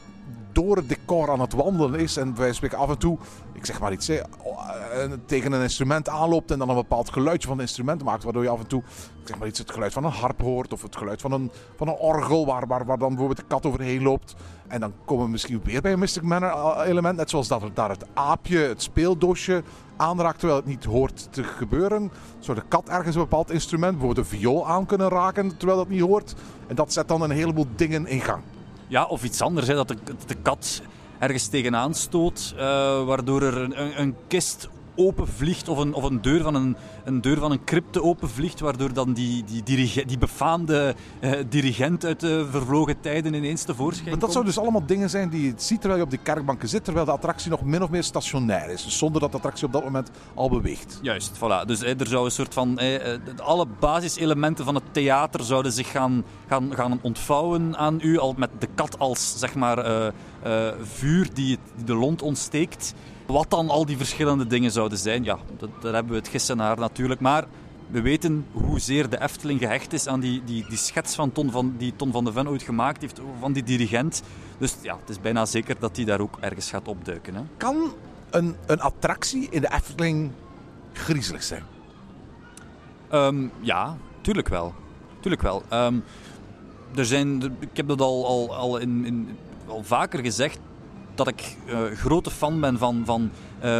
door het decor aan het wandelen is en wij spreken af en toe, ik zeg maar iets, tegen een instrument aanloopt en dan een bepaald geluidje van het instrument maakt, waardoor je af en toe, ik zeg maar iets, het geluid van een harp hoort of het geluid van een orgel waar dan bijvoorbeeld de kat overheen loopt. En dan komen we misschien weer bij een Mystic Manor element, net zoals dat er daar het aapje, het speeldoosje aanraakt terwijl het niet hoort te gebeuren. Zou de kat ergens een bepaald instrument, bijvoorbeeld een viool aan kunnen raken terwijl dat niet hoort. En dat zet dan een heleboel dingen in gang. Ja, of iets anders, hè, dat de kat ergens tegenaan stoot, waardoor er een kist openvliegt of een deur van een crypte openvliegt, waardoor dan die befaamde dirigent uit de vervlogen tijden ineens tevoorschijn komt. Maar dat zou dus allemaal dingen zijn die je ziet terwijl je op die kerkbanken zit, terwijl de attractie nog min of meer stationair is, dus zonder dat de attractie op dat moment al beweegt. Juist, voilà. Dus er zou een soort van... alle basiselementen van het theater zouden zich gaan ontvouwen aan u, al met de kat als, zeg maar, vuur die de lont ontsteekt. Wat dan al die verschillende dingen zouden zijn, ja, daar hebben we het gissen naar natuurlijk. Maar we weten hoezeer de Efteling gehecht is aan die schets van Ton van de Ven ooit gemaakt heeft, van die dirigent. Dus ja, het is bijna zeker dat die daar ook ergens gaat opduiken. Hè. Kan een attractie in de Efteling griezelig zijn? Ja, tuurlijk wel. Ik heb dat al vaker gezegd, dat ik grote fan ben van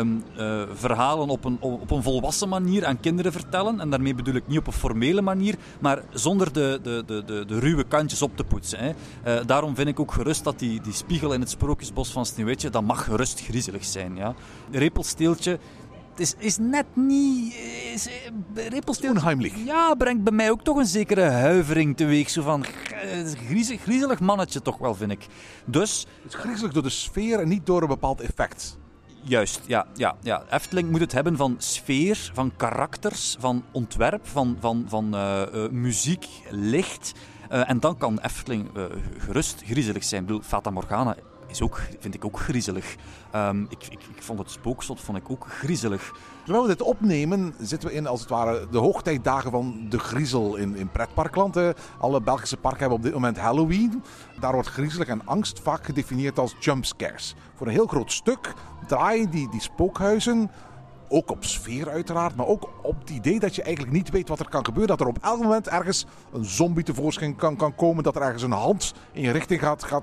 verhalen op een volwassen manier aan kinderen vertellen. En daarmee bedoel ik niet op een formele manier, maar zonder de ruwe kantjes op te poetsen. Hè. Daarom vind ik ook gerust dat die spiegel in het Sprookjesbos van Sneeuwwitje, dat mag gerust griezelig zijn. Ja. Repelsteeltje is net niet... Repelsteeltje... Onheimlich. Ja, brengt bij mij ook toch een zekere huivering teweeg. Zo van... griezelig mannetje toch wel, vind ik. Dus... Het is griezelig door de sfeer en niet door een bepaald effect. Juist, ja. Efteling moet het hebben van sfeer, van karakters, van ontwerp, van muziek, licht. En dan kan Efteling gerust griezelig zijn. Ik bedoel, Fata Morgana vind ik ook griezelig. Ik vond het Spookslot ook griezelig. Terwijl we dit opnemen, zitten we in, als het ware, de hoogtijdagen van de griezel in pretparkland. Alle Belgische parken hebben op dit moment Halloween. Daar wordt griezelig en angst vaak gedefinieerd als jumpscares. Voor een heel groot stuk draaien die spookhuizen, ook op sfeer uiteraard, maar ook op het idee dat je eigenlijk niet weet wat er kan gebeuren. Dat er op elk moment ergens een zombie tevoorschijn kan komen, dat er ergens een hand in je richting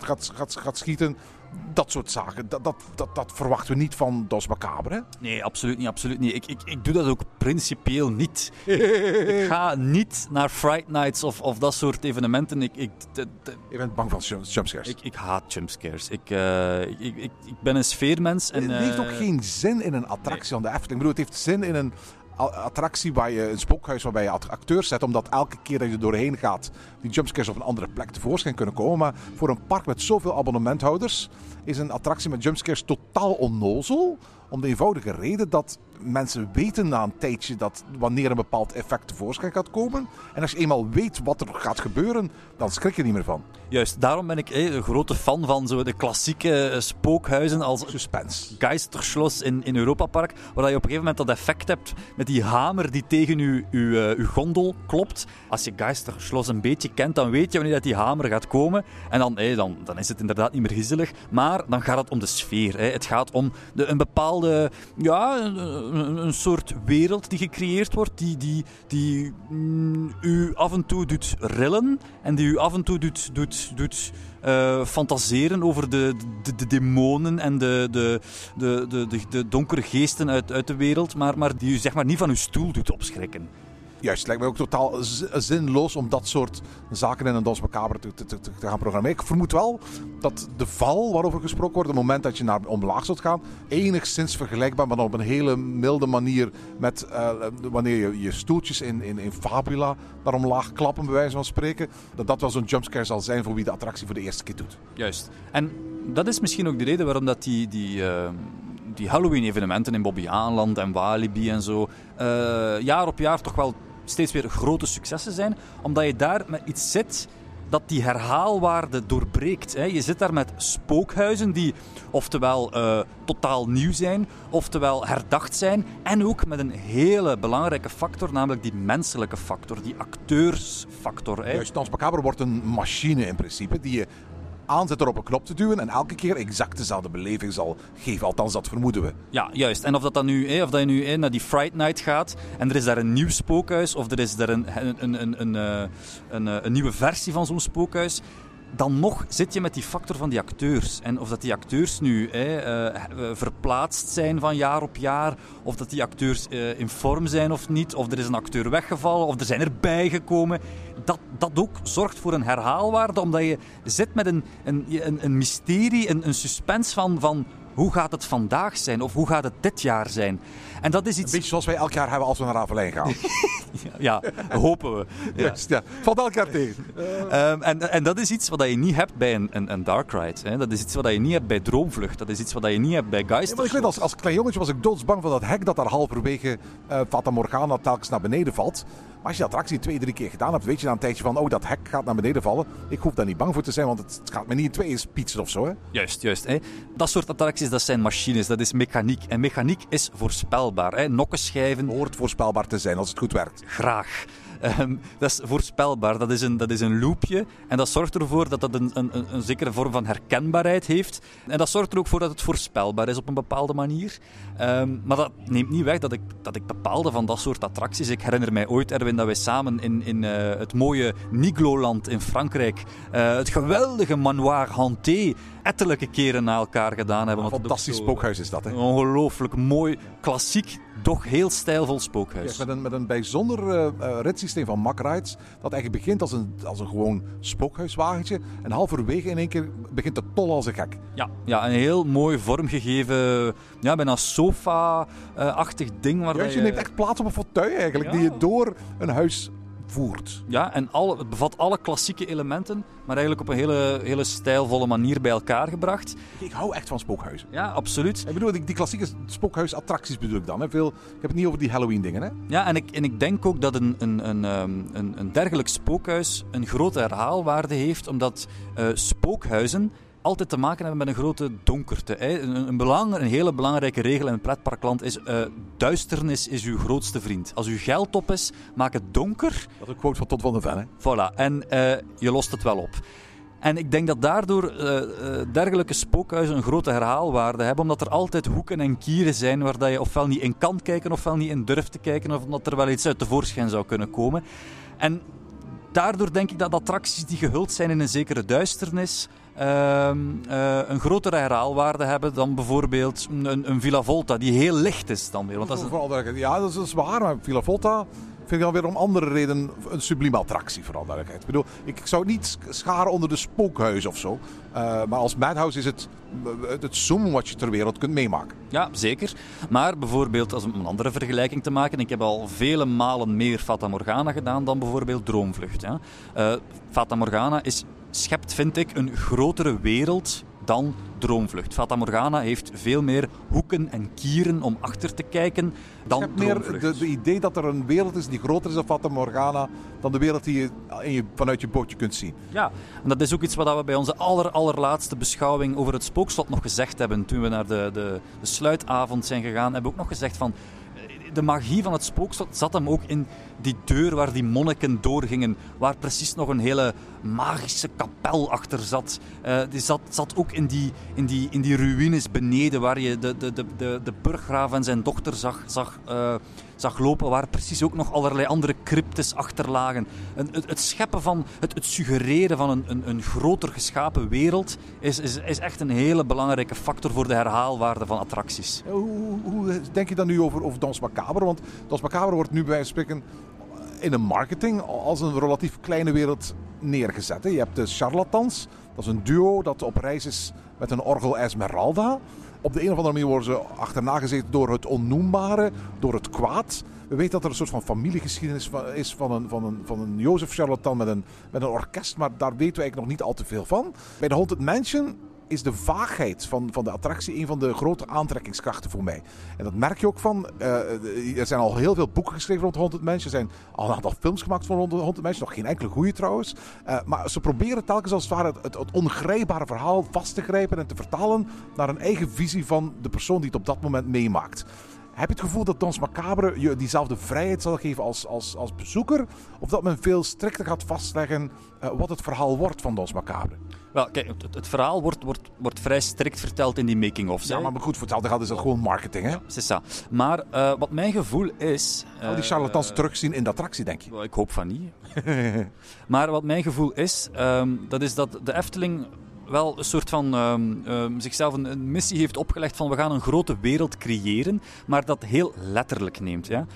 gaat schieten. Dat soort zaken, dat verwachten we niet van Dos Macabre. Hè? Nee, absoluut niet. Ik doe dat ook principieel niet. Ik ga niet naar Fright Nights of dat soort evenementen. Je bent bang van jumpscares? Ik haat jumpscares. Ik ben een sfeermens. En, het heeft ook geen zin in een attractie aan de Efteling. Ik bedoel, het heeft zin in een attractie een spookhuis waarbij je acteurs zet, omdat elke keer dat je er doorheen gaat, die jumpscares op een andere plek tevoorschijn kunnen komen. Maar voor een park met zoveel abonnementhouders is een attractie met jumpscares totaal onnozel. Om de eenvoudige reden dat mensen weten na een tijdje dat wanneer een bepaald effect tevoorschijn gaat komen. En als je eenmaal weet wat er gaat gebeuren, dan schrik je niet meer van. Juist, daarom ben ik een grote fan van zo de klassieke spookhuizen als Suspense. Geisterschloss in Europa Park, waar je op een gegeven moment dat effect hebt met die hamer die tegen uw gondel klopt. Als je Geisterschloss een beetje kent, dan weet je wanneer dat die hamer gaat komen. En dan is het inderdaad niet meer griezelig, maar dan gaat het om de sfeer. Het gaat om een bepaalde, een soort wereld die gecreëerd wordt, die u af en toe doet rillen en die u af en toe doet fantaseren over de demonen en de donkere geesten uit de wereld, maar die u zeg maar niet van uw stoel doet opschrikken. Juist, het lijkt mij ook totaal zinloos om dat soort zaken in een Dos Macabre te gaan programmeren. Ik vermoed wel dat de val waarover gesproken wordt, het moment dat je naar omlaag zult gaan, enigszins vergelijkbaar, maar dan op een hele milde manier met wanneer je stoeltjes in Fabula naar omlaag klappen, bij wijze van spreken. Dat wel zo'n jumpscare zal zijn voor wie de attractie voor de eerste keer doet. Juist. En dat is misschien ook de reden waarom dat die Halloween-evenementen in Bobbejaanland en Walibi en zo jaar op jaar toch wel steeds weer grote successen zijn, omdat je daar met iets zit dat die herhaalwaarde doorbreekt. Hè. Je zit daar met spookhuizen die oftewel totaal nieuw zijn, oftewel herdacht zijn, en ook met een hele belangrijke factor, namelijk die menselijke factor, die acteursfactor. Hè. Juist, Dos Macabre wordt een machine in principe, die je aanzetten op een knop te duwen en elke keer exact dezelfde beleving zal geven. Althans, dat vermoeden we. Ja, juist. En of dat je nu naar die Fright Night gaat en er is daar een nieuw spookhuis of er is daar een nieuwe versie van zo'n spookhuis, dan nog zit je met die factor van die acteurs. En of dat die acteurs nu verplaatst zijn van jaar op jaar, of dat die acteurs in vorm zijn of niet, of er is een acteur weggevallen, of er zijn erbij gekomen. Dat ook zorgt voor een herhaalwaarde, omdat je zit met een mysterie, een suspense van hoe gaat het vandaag zijn, of hoe gaat het dit jaar zijn. En dat is iets... Een beetje zoals wij elk jaar hebben als we naar Ravelijn gaan. Ja, hopen we. Ja. Juist, ja. Valt elk jaar tegen. En dat is iets wat je niet hebt bij een Dark Ride. Hè. Dat is iets wat je niet hebt bij Droomvlucht. Dat is iets wat je niet hebt bij Geister. Ja, ik weet, als klein jongetje was ik doodsbang van dat hek dat daar halverwege Fata Morgana telkens naar beneden valt. Maar als je de attractie 2-3 keer gedaan hebt, weet je na een tijdje van, dat hek gaat naar beneden vallen. Ik hoef daar niet bang voor te zijn, want het gaat me niet in tweeën spietsen of zo. Hè? Juist. Hè. Dat soort attracties, dat zijn machines, dat is mechaniek. En mechaniek is voorspelbaar. Hè. Nokkenschijven... Hoort voorspelbaar te zijn als het goed werkt. Graag. Dat is voorspelbaar. Dat is een loopje. En dat zorgt ervoor dat een zekere vorm van herkenbaarheid heeft. En dat zorgt er ook voor dat het voorspelbaar is op een bepaalde manier. Maar dat neemt niet weg dat ik bepaalde van dat soort attracties... Ik herinner mij ooit, Erwin, dat wij samen in het mooie Nigloland in Frankrijk... het geweldige Manoir Hanté ettelijke keren na elkaar gedaan hebben. Een fantastisch spookhuis is dat, hè? Ongelooflijk mooi, klassiek, toch heel stijlvol spookhuis. Ja, met een bijzonder ritssysteem van Mack Rides, dat eigenlijk begint als een gewoon spookhuiswagentje en halverwege in één keer begint te tollen als een gek. Ja, een heel mooi vormgegeven, bijna sofa-achtig ding. Waar je neemt echt plaats op een fauteuil eigenlijk, die je door een huis voert. Ja, en het bevat alle klassieke elementen, maar eigenlijk op een hele stijlvolle manier bij elkaar gebracht. Ik hou echt van spookhuizen. Ja, absoluut. Ik bedoel, die klassieke spookhuisattracties bedoel ik dan. Hè? Ik heb het niet over die Halloween dingen. Hè? Ja, en ik denk ook dat een dergelijk spookhuis een grote herhaalwaarde heeft, omdat spookhuizen altijd te maken hebben met een grote donkerte. Hè. Een hele belangrijke regel in een pretparkland is duisternis is uw grootste vriend. Als uw geld op is, maak het donker. Dat is een quote van Todd van der Ven. Hè? Voilà, en je lost het wel op. En ik denk dat daardoor dergelijke spookhuizen een grote herhaalwaarde hebben, omdat er altijd hoeken en kieren zijn waar dat je ofwel niet in kan kijken, ofwel niet in durft te kijken, of omdat er wel iets uit tevoorschijn zou kunnen komen. En daardoor denk ik dat attracties die gehuld zijn in een zekere duisternis een grotere herhaalwaarde hebben dan bijvoorbeeld een Villa Volta, die heel licht is dan weer. Want Ja, dat is waar, maar Villa Volta vind ik dan weer om andere reden een sublieme attractie, vooral duidelijkheid. Ik bedoel, ik zou het niet scharen onder de spookhuis of zo. Maar als Madhouse is het zoom wat je ter wereld kunt meemaken. Ja, zeker. Maar bijvoorbeeld, om een andere vergelijking te maken, ik heb al vele malen meer Fata Morgana gedaan dan bijvoorbeeld Droomvlucht. Ja. Fata Morgana schept, vind ik, een grotere wereld dan Droomvlucht. Fata Morgana heeft veel meer hoeken en kieren om achter te kijken dan Droomvlucht. Ik heb meer de idee dat er een wereld is die groter is dan Fata Morgana dan de wereld die je vanuit je bootje kunt zien. Ja, en dat is ook iets wat we bij onze allerlaatste beschouwing over het Spookslot nog gezegd hebben. Toen we naar de sluitavond zijn gegaan, hebben we ook nog gezegd van... De magie van het Spookslot zat hem ook in die deur waar die monniken doorgingen, waar precies nog een hele magische kapel achter zat. Die zat ook in die ruïnes beneden, waar je de burggraaf en zijn dochter zag lopen, waar precies ook nog allerlei andere cryptes achter lagen. Het scheppen van, het suggereren van een groter geschapen wereld is echt een hele belangrijke factor voor de herhaalwaarde van attracties. Hoe denk je dan nu over Danse Macabre? Want Danse Macabre wordt nu bij wijze van spreken in de marketing als een relatief kleine wereld neergezet. Hè? Je hebt de Charlatans, dat is een duo dat op reis is met een orgel Esmeralda. Op de een of andere manier worden ze achterna gezeten door het onnoembare, door het kwaad. We weten dat er een soort van familiegeschiedenis is van een Jozef Charlatan met een orkest, maar daar weten we eigenlijk nog niet al te veel van. Bij de Haunted Mansion is de vaagheid van de attractie een van de grote aantrekkingskrachten voor mij. En dat merk je ook van. Er zijn al heel veel boeken geschreven rond Haunted Mansion. Er zijn al een aantal films gemaakt van Haunted Mansion. Nog geen enkele goede trouwens. Maar ze proberen telkens als het ware het ongrijpbare verhaal vast te grijpen en te vertalen naar een eigen visie van de persoon die het op dat moment meemaakt. Heb je het gevoel dat Danse Macabre je diezelfde vrijheid zal geven als bezoeker? Of dat men veel strikter gaat vastleggen wat het verhaal wordt van Danse Macabre? Wel, kijk, het verhaal wordt vrij strikt verteld in die making-ofs. Ja, maar goed, voor hetzelfde geld is dat gewoon marketing, hè? C'est ça. Maar wat mijn gevoel is... die charlatans terugzien in de attractie, denk je? Ik hoop van niet. Maar wat mijn gevoel is, dat is dat de Efteling wel een soort van zichzelf een missie heeft opgelegd van we gaan een grote wereld creëren, maar dat heel letterlijk neemt. Ja?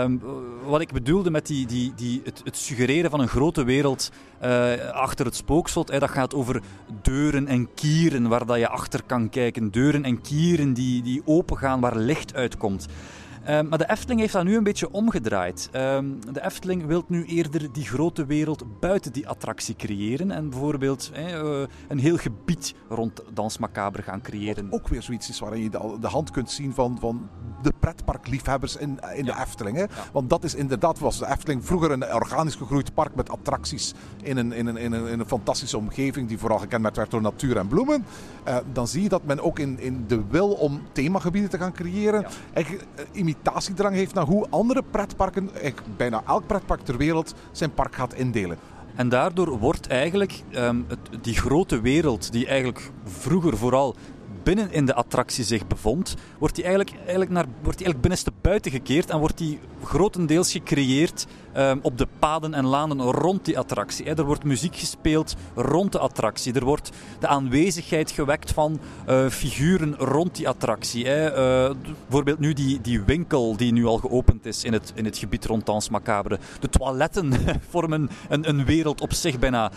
Wat ik bedoelde met het suggereren van een grote wereld achter het spookslot, dat gaat over deuren en kieren waar dat je achter kan kijken, deuren en kieren die opengaan waar licht uitkomt. Maar de Efteling heeft dat nu een beetje omgedraaid. De Efteling wil nu eerder die grote wereld buiten die attractie creëren en bijvoorbeeld een heel gebied rond Danse Macabre gaan creëren. Wat ook weer zoiets is waarin je de hand kunt zien van de pretparkliefhebbers in de Efteling. Hè? Ja. Want dat is inderdaad, was de Efteling vroeger een organisch gegroeid park met attracties in een fantastische omgeving die vooral gekenmerkt werd door natuur en bloemen. Dan zie je dat men ook in de wil om themagebieden te gaan creëren, imitatiedrang heeft naar hoe andere pretparken, bijna elk pretpark ter wereld, zijn park gaat indelen. En daardoor wordt eigenlijk die grote wereld, die eigenlijk vroeger vooral binnen in de attractie zich bevond, wordt die eigenlijk binnenstebuiten gekeerd en wordt die grotendeels gecreëerd op de paden en lanen rond die attractie. Er wordt muziek gespeeld rond de attractie. Er wordt de aanwezigheid gewekt van figuren rond die attractie. Bijvoorbeeld nu die winkel die nu al geopend is in het gebied rond Danse Macabre. De toiletten vormen een wereld op zich bijna.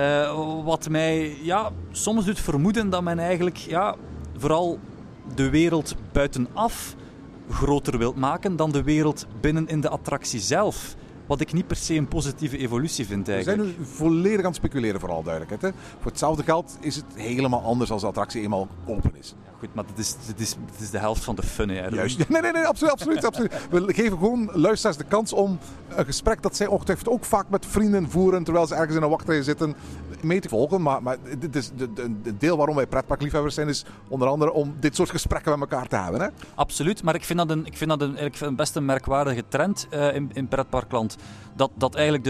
Wat mij soms doet vermoeden dat men eigenlijk vooral de wereld buitenaf groter wilt maken dan de wereld binnen in de attractie zelf. Wat ik niet per se een positieve evolutie vind eigenlijk. We zijn nu volledig aan het speculeren, voor alle duidelijkheid. Hè? Voor hetzelfde geld is het helemaal anders als de attractie eenmaal open is. Ja, goed, maar dit is de helft van de fun. Hè, juist. Nee, absoluut. We geven gewoon luisteraars de kans om een gesprek dat zij ongetwijfeld ook vaak met vrienden voeren, terwijl ze ergens in een wachtrij zitten, mee te volgen. Maar dit is de deel waarom wij pretparkliefhebbers zijn, is onder andere om dit soort gesprekken met elkaar te hebben. Hè? Absoluut, maar ik vind dat eigenlijk best een merkwaardige trend in pretparkland. Dat eigenlijk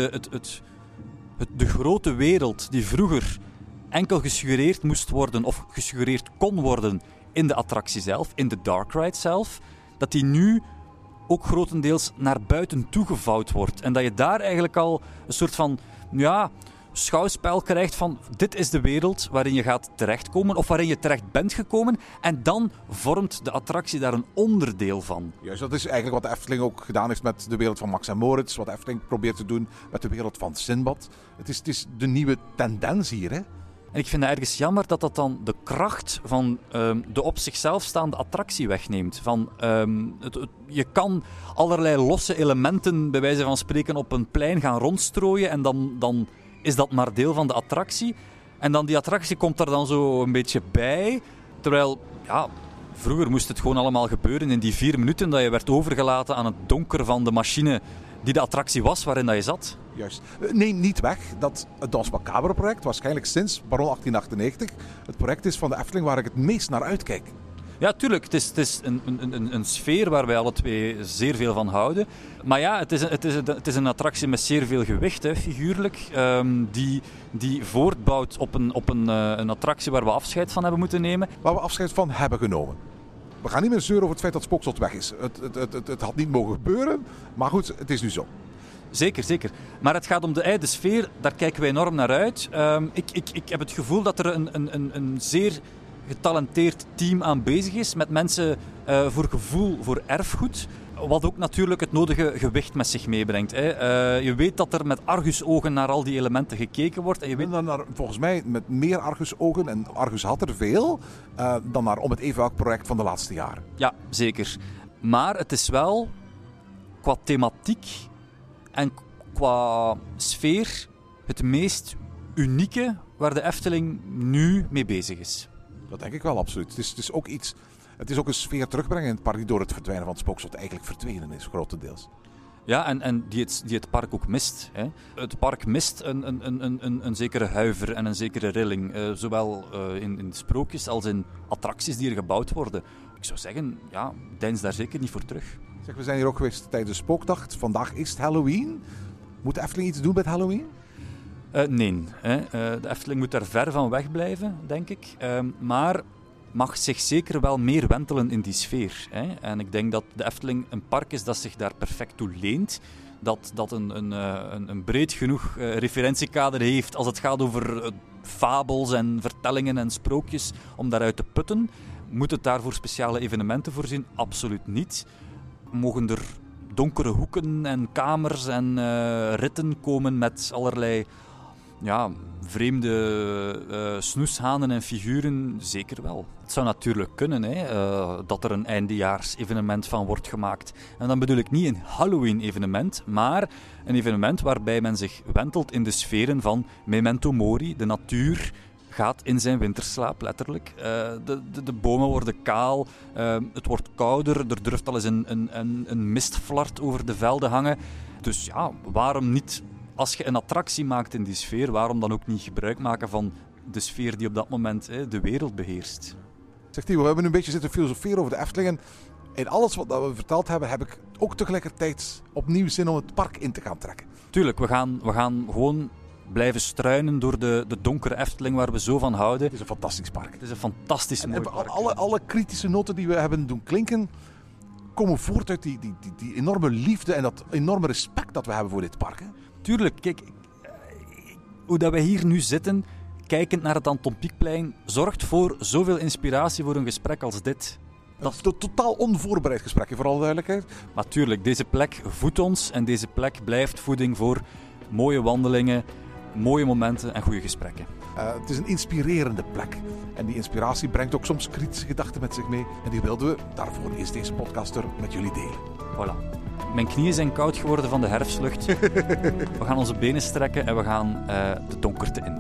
de grote wereld die vroeger enkel gesuggereerd moest worden of gesuggereerd kon worden in de attractie zelf, in de dark ride zelf, dat die nu ook grotendeels naar buiten toegevouwd wordt. En dat je daar eigenlijk al een soort van schouwspel krijgt van dit is de wereld waarin je gaat terechtkomen of waarin je terecht bent gekomen en dan vormt de attractie daar een onderdeel van. Juist, dat is eigenlijk wat de Efteling ook gedaan heeft met de wereld van Max en Moritz, wat de Efteling probeert te doen met de wereld van Sinbad. Het is de nieuwe tendens hier, hè? En ik vind het ergens jammer dat dat dan de kracht van de op zichzelf staande attractie wegneemt. Je kan allerlei losse elementen, bij wijze van spreken, op een plein gaan rondstrooien en dan is dat maar deel van de attractie. En dan die attractie komt er dan zo een beetje bij. Terwijl, vroeger moest het gewoon allemaal gebeuren in die 4 minuten dat je werd overgelaten aan het donker van de machine die de attractie was waarin dat je zat. Juist. Neem niet weg dat het Danse Macabre project waarschijnlijk sinds Baron 1898 het project is van de Efteling waar ik het meest naar uitkijk. Ja, tuurlijk. Het is een sfeer waar wij alle twee zeer veel van houden. Maar ja, het is een attractie met zeer veel gewicht, hè, figuurlijk. Die voortbouwt op een attractie waar we afscheid van hebben moeten nemen. Waar we afscheid van hebben genomen. We gaan niet meer zeuren over het feit dat Spookslot weg is. Het had niet mogen gebeuren, maar goed, het is nu zo. Zeker. Maar het gaat om de sfeer, daar kijken wij enorm naar uit. Ik heb het gevoel dat er een zeer getalenteerd team aan bezig is, met mensen voor gevoel voor erfgoed, wat ook natuurlijk het nodige gewicht met zich meebrengt. Hè. Je weet dat er met argusogen naar al die elementen gekeken wordt. En je weet volgens mij met meer argusogen, en Argus had er veel, dan naar Om het even welk project van de laatste jaren. Ja, zeker. Maar het is wel qua thematiek en qua sfeer het meest unieke waar de Efteling nu mee bezig is. Dat denk ik wel, absoluut. Het is ook een sfeer terugbrengen in het park die door het verdwijnen van het Spookslot eigenlijk verdwenen is, grotendeels. Ja, en die het park ook mist. Hè. Het park mist een zekere huiver en een zekere rilling. Zowel in de sprookjes als in attracties die er gebouwd worden. Ik zou zeggen, ja, deins daar zeker niet voor terug. Zeg, we zijn hier ook geweest tijdens de spookdag. Vandaag is het Halloween. Moet de Efteling iets doen met Halloween? Nee. De Efteling moet daar ver van weg blijven, denk ik. Maar mag zich zeker wel meer wentelen in die sfeer. Hè? En ik denk dat de Efteling een park is dat zich daar perfect toe leent. Dat een breed genoeg referentiekader heeft als het gaat over fabels en vertellingen en sprookjes om daaruit te putten. Moet het daarvoor speciale evenementen voorzien? Absoluut niet. Mogen er donkere hoeken en kamers en ritten komen met allerlei vreemde snoeshanen en figuren? Zeker wel. Het zou natuurlijk kunnen dat er een eindejaars-evenement van wordt gemaakt. En dan bedoel ik niet een Halloween-evenement, maar een evenement waarbij men zich wentelt in de sferen van Memento Mori. De natuur gaat in zijn winterslaap, letterlijk. De bomen worden kaal, het wordt kouder, er durft al eens een mistflart over de velden hangen. Dus ja, waarom niet, als je een attractie maakt in die sfeer, waarom dan ook niet gebruik maken van de sfeer die op dat moment de wereld beheerst? Zegt Timo, we hebben nu een beetje zitten filosoferen over de Efteling. En in alles wat we verteld hebben, heb ik ook tegelijkertijd opnieuw zin om het park in te gaan trekken. Tuurlijk, we gaan gewoon blijven struinen door de donkere Efteling waar we zo van houden. Het is een fantastisch park. Het is een fantastisch mooi park. Alle kritische noten die we hebben doen klinken, komen voort uit die enorme liefde en dat enorme respect dat we hebben voor dit park. Hè? Tuurlijk, kijk, hoe dat wij hier nu zitten, kijkend naar het Anton Pieckplein, zorgt voor zoveel inspiratie voor een gesprek als dit. Dat is een totaal onvoorbereid gesprek, voor alle duidelijkheid. Maar tuurlijk, deze plek voedt ons en deze plek blijft voeding voor mooie wandelingen, mooie momenten en goede gesprekken. Het is een inspirerende plek. En die inspiratie brengt ook soms kritische gedachten met zich mee. En die wilden we, daarvoor is deze podcast er, met jullie delen. Voilà. Mijn knieën zijn koud geworden van de herfstlucht. We gaan onze benen strekken en we gaan de donkerte in.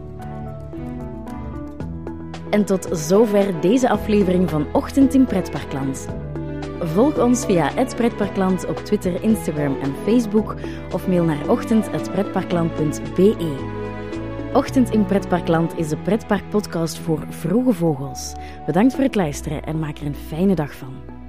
En tot zover deze aflevering van Ochtend in Pretparkland. Volg ons via @pretparkland op Twitter, Instagram en Facebook of mail naar ochtend@pretparkland.be. Ochtend in Pretparkland is de pretparkpodcast voor vroege vogels. Bedankt voor het luisteren en maak er een fijne dag van.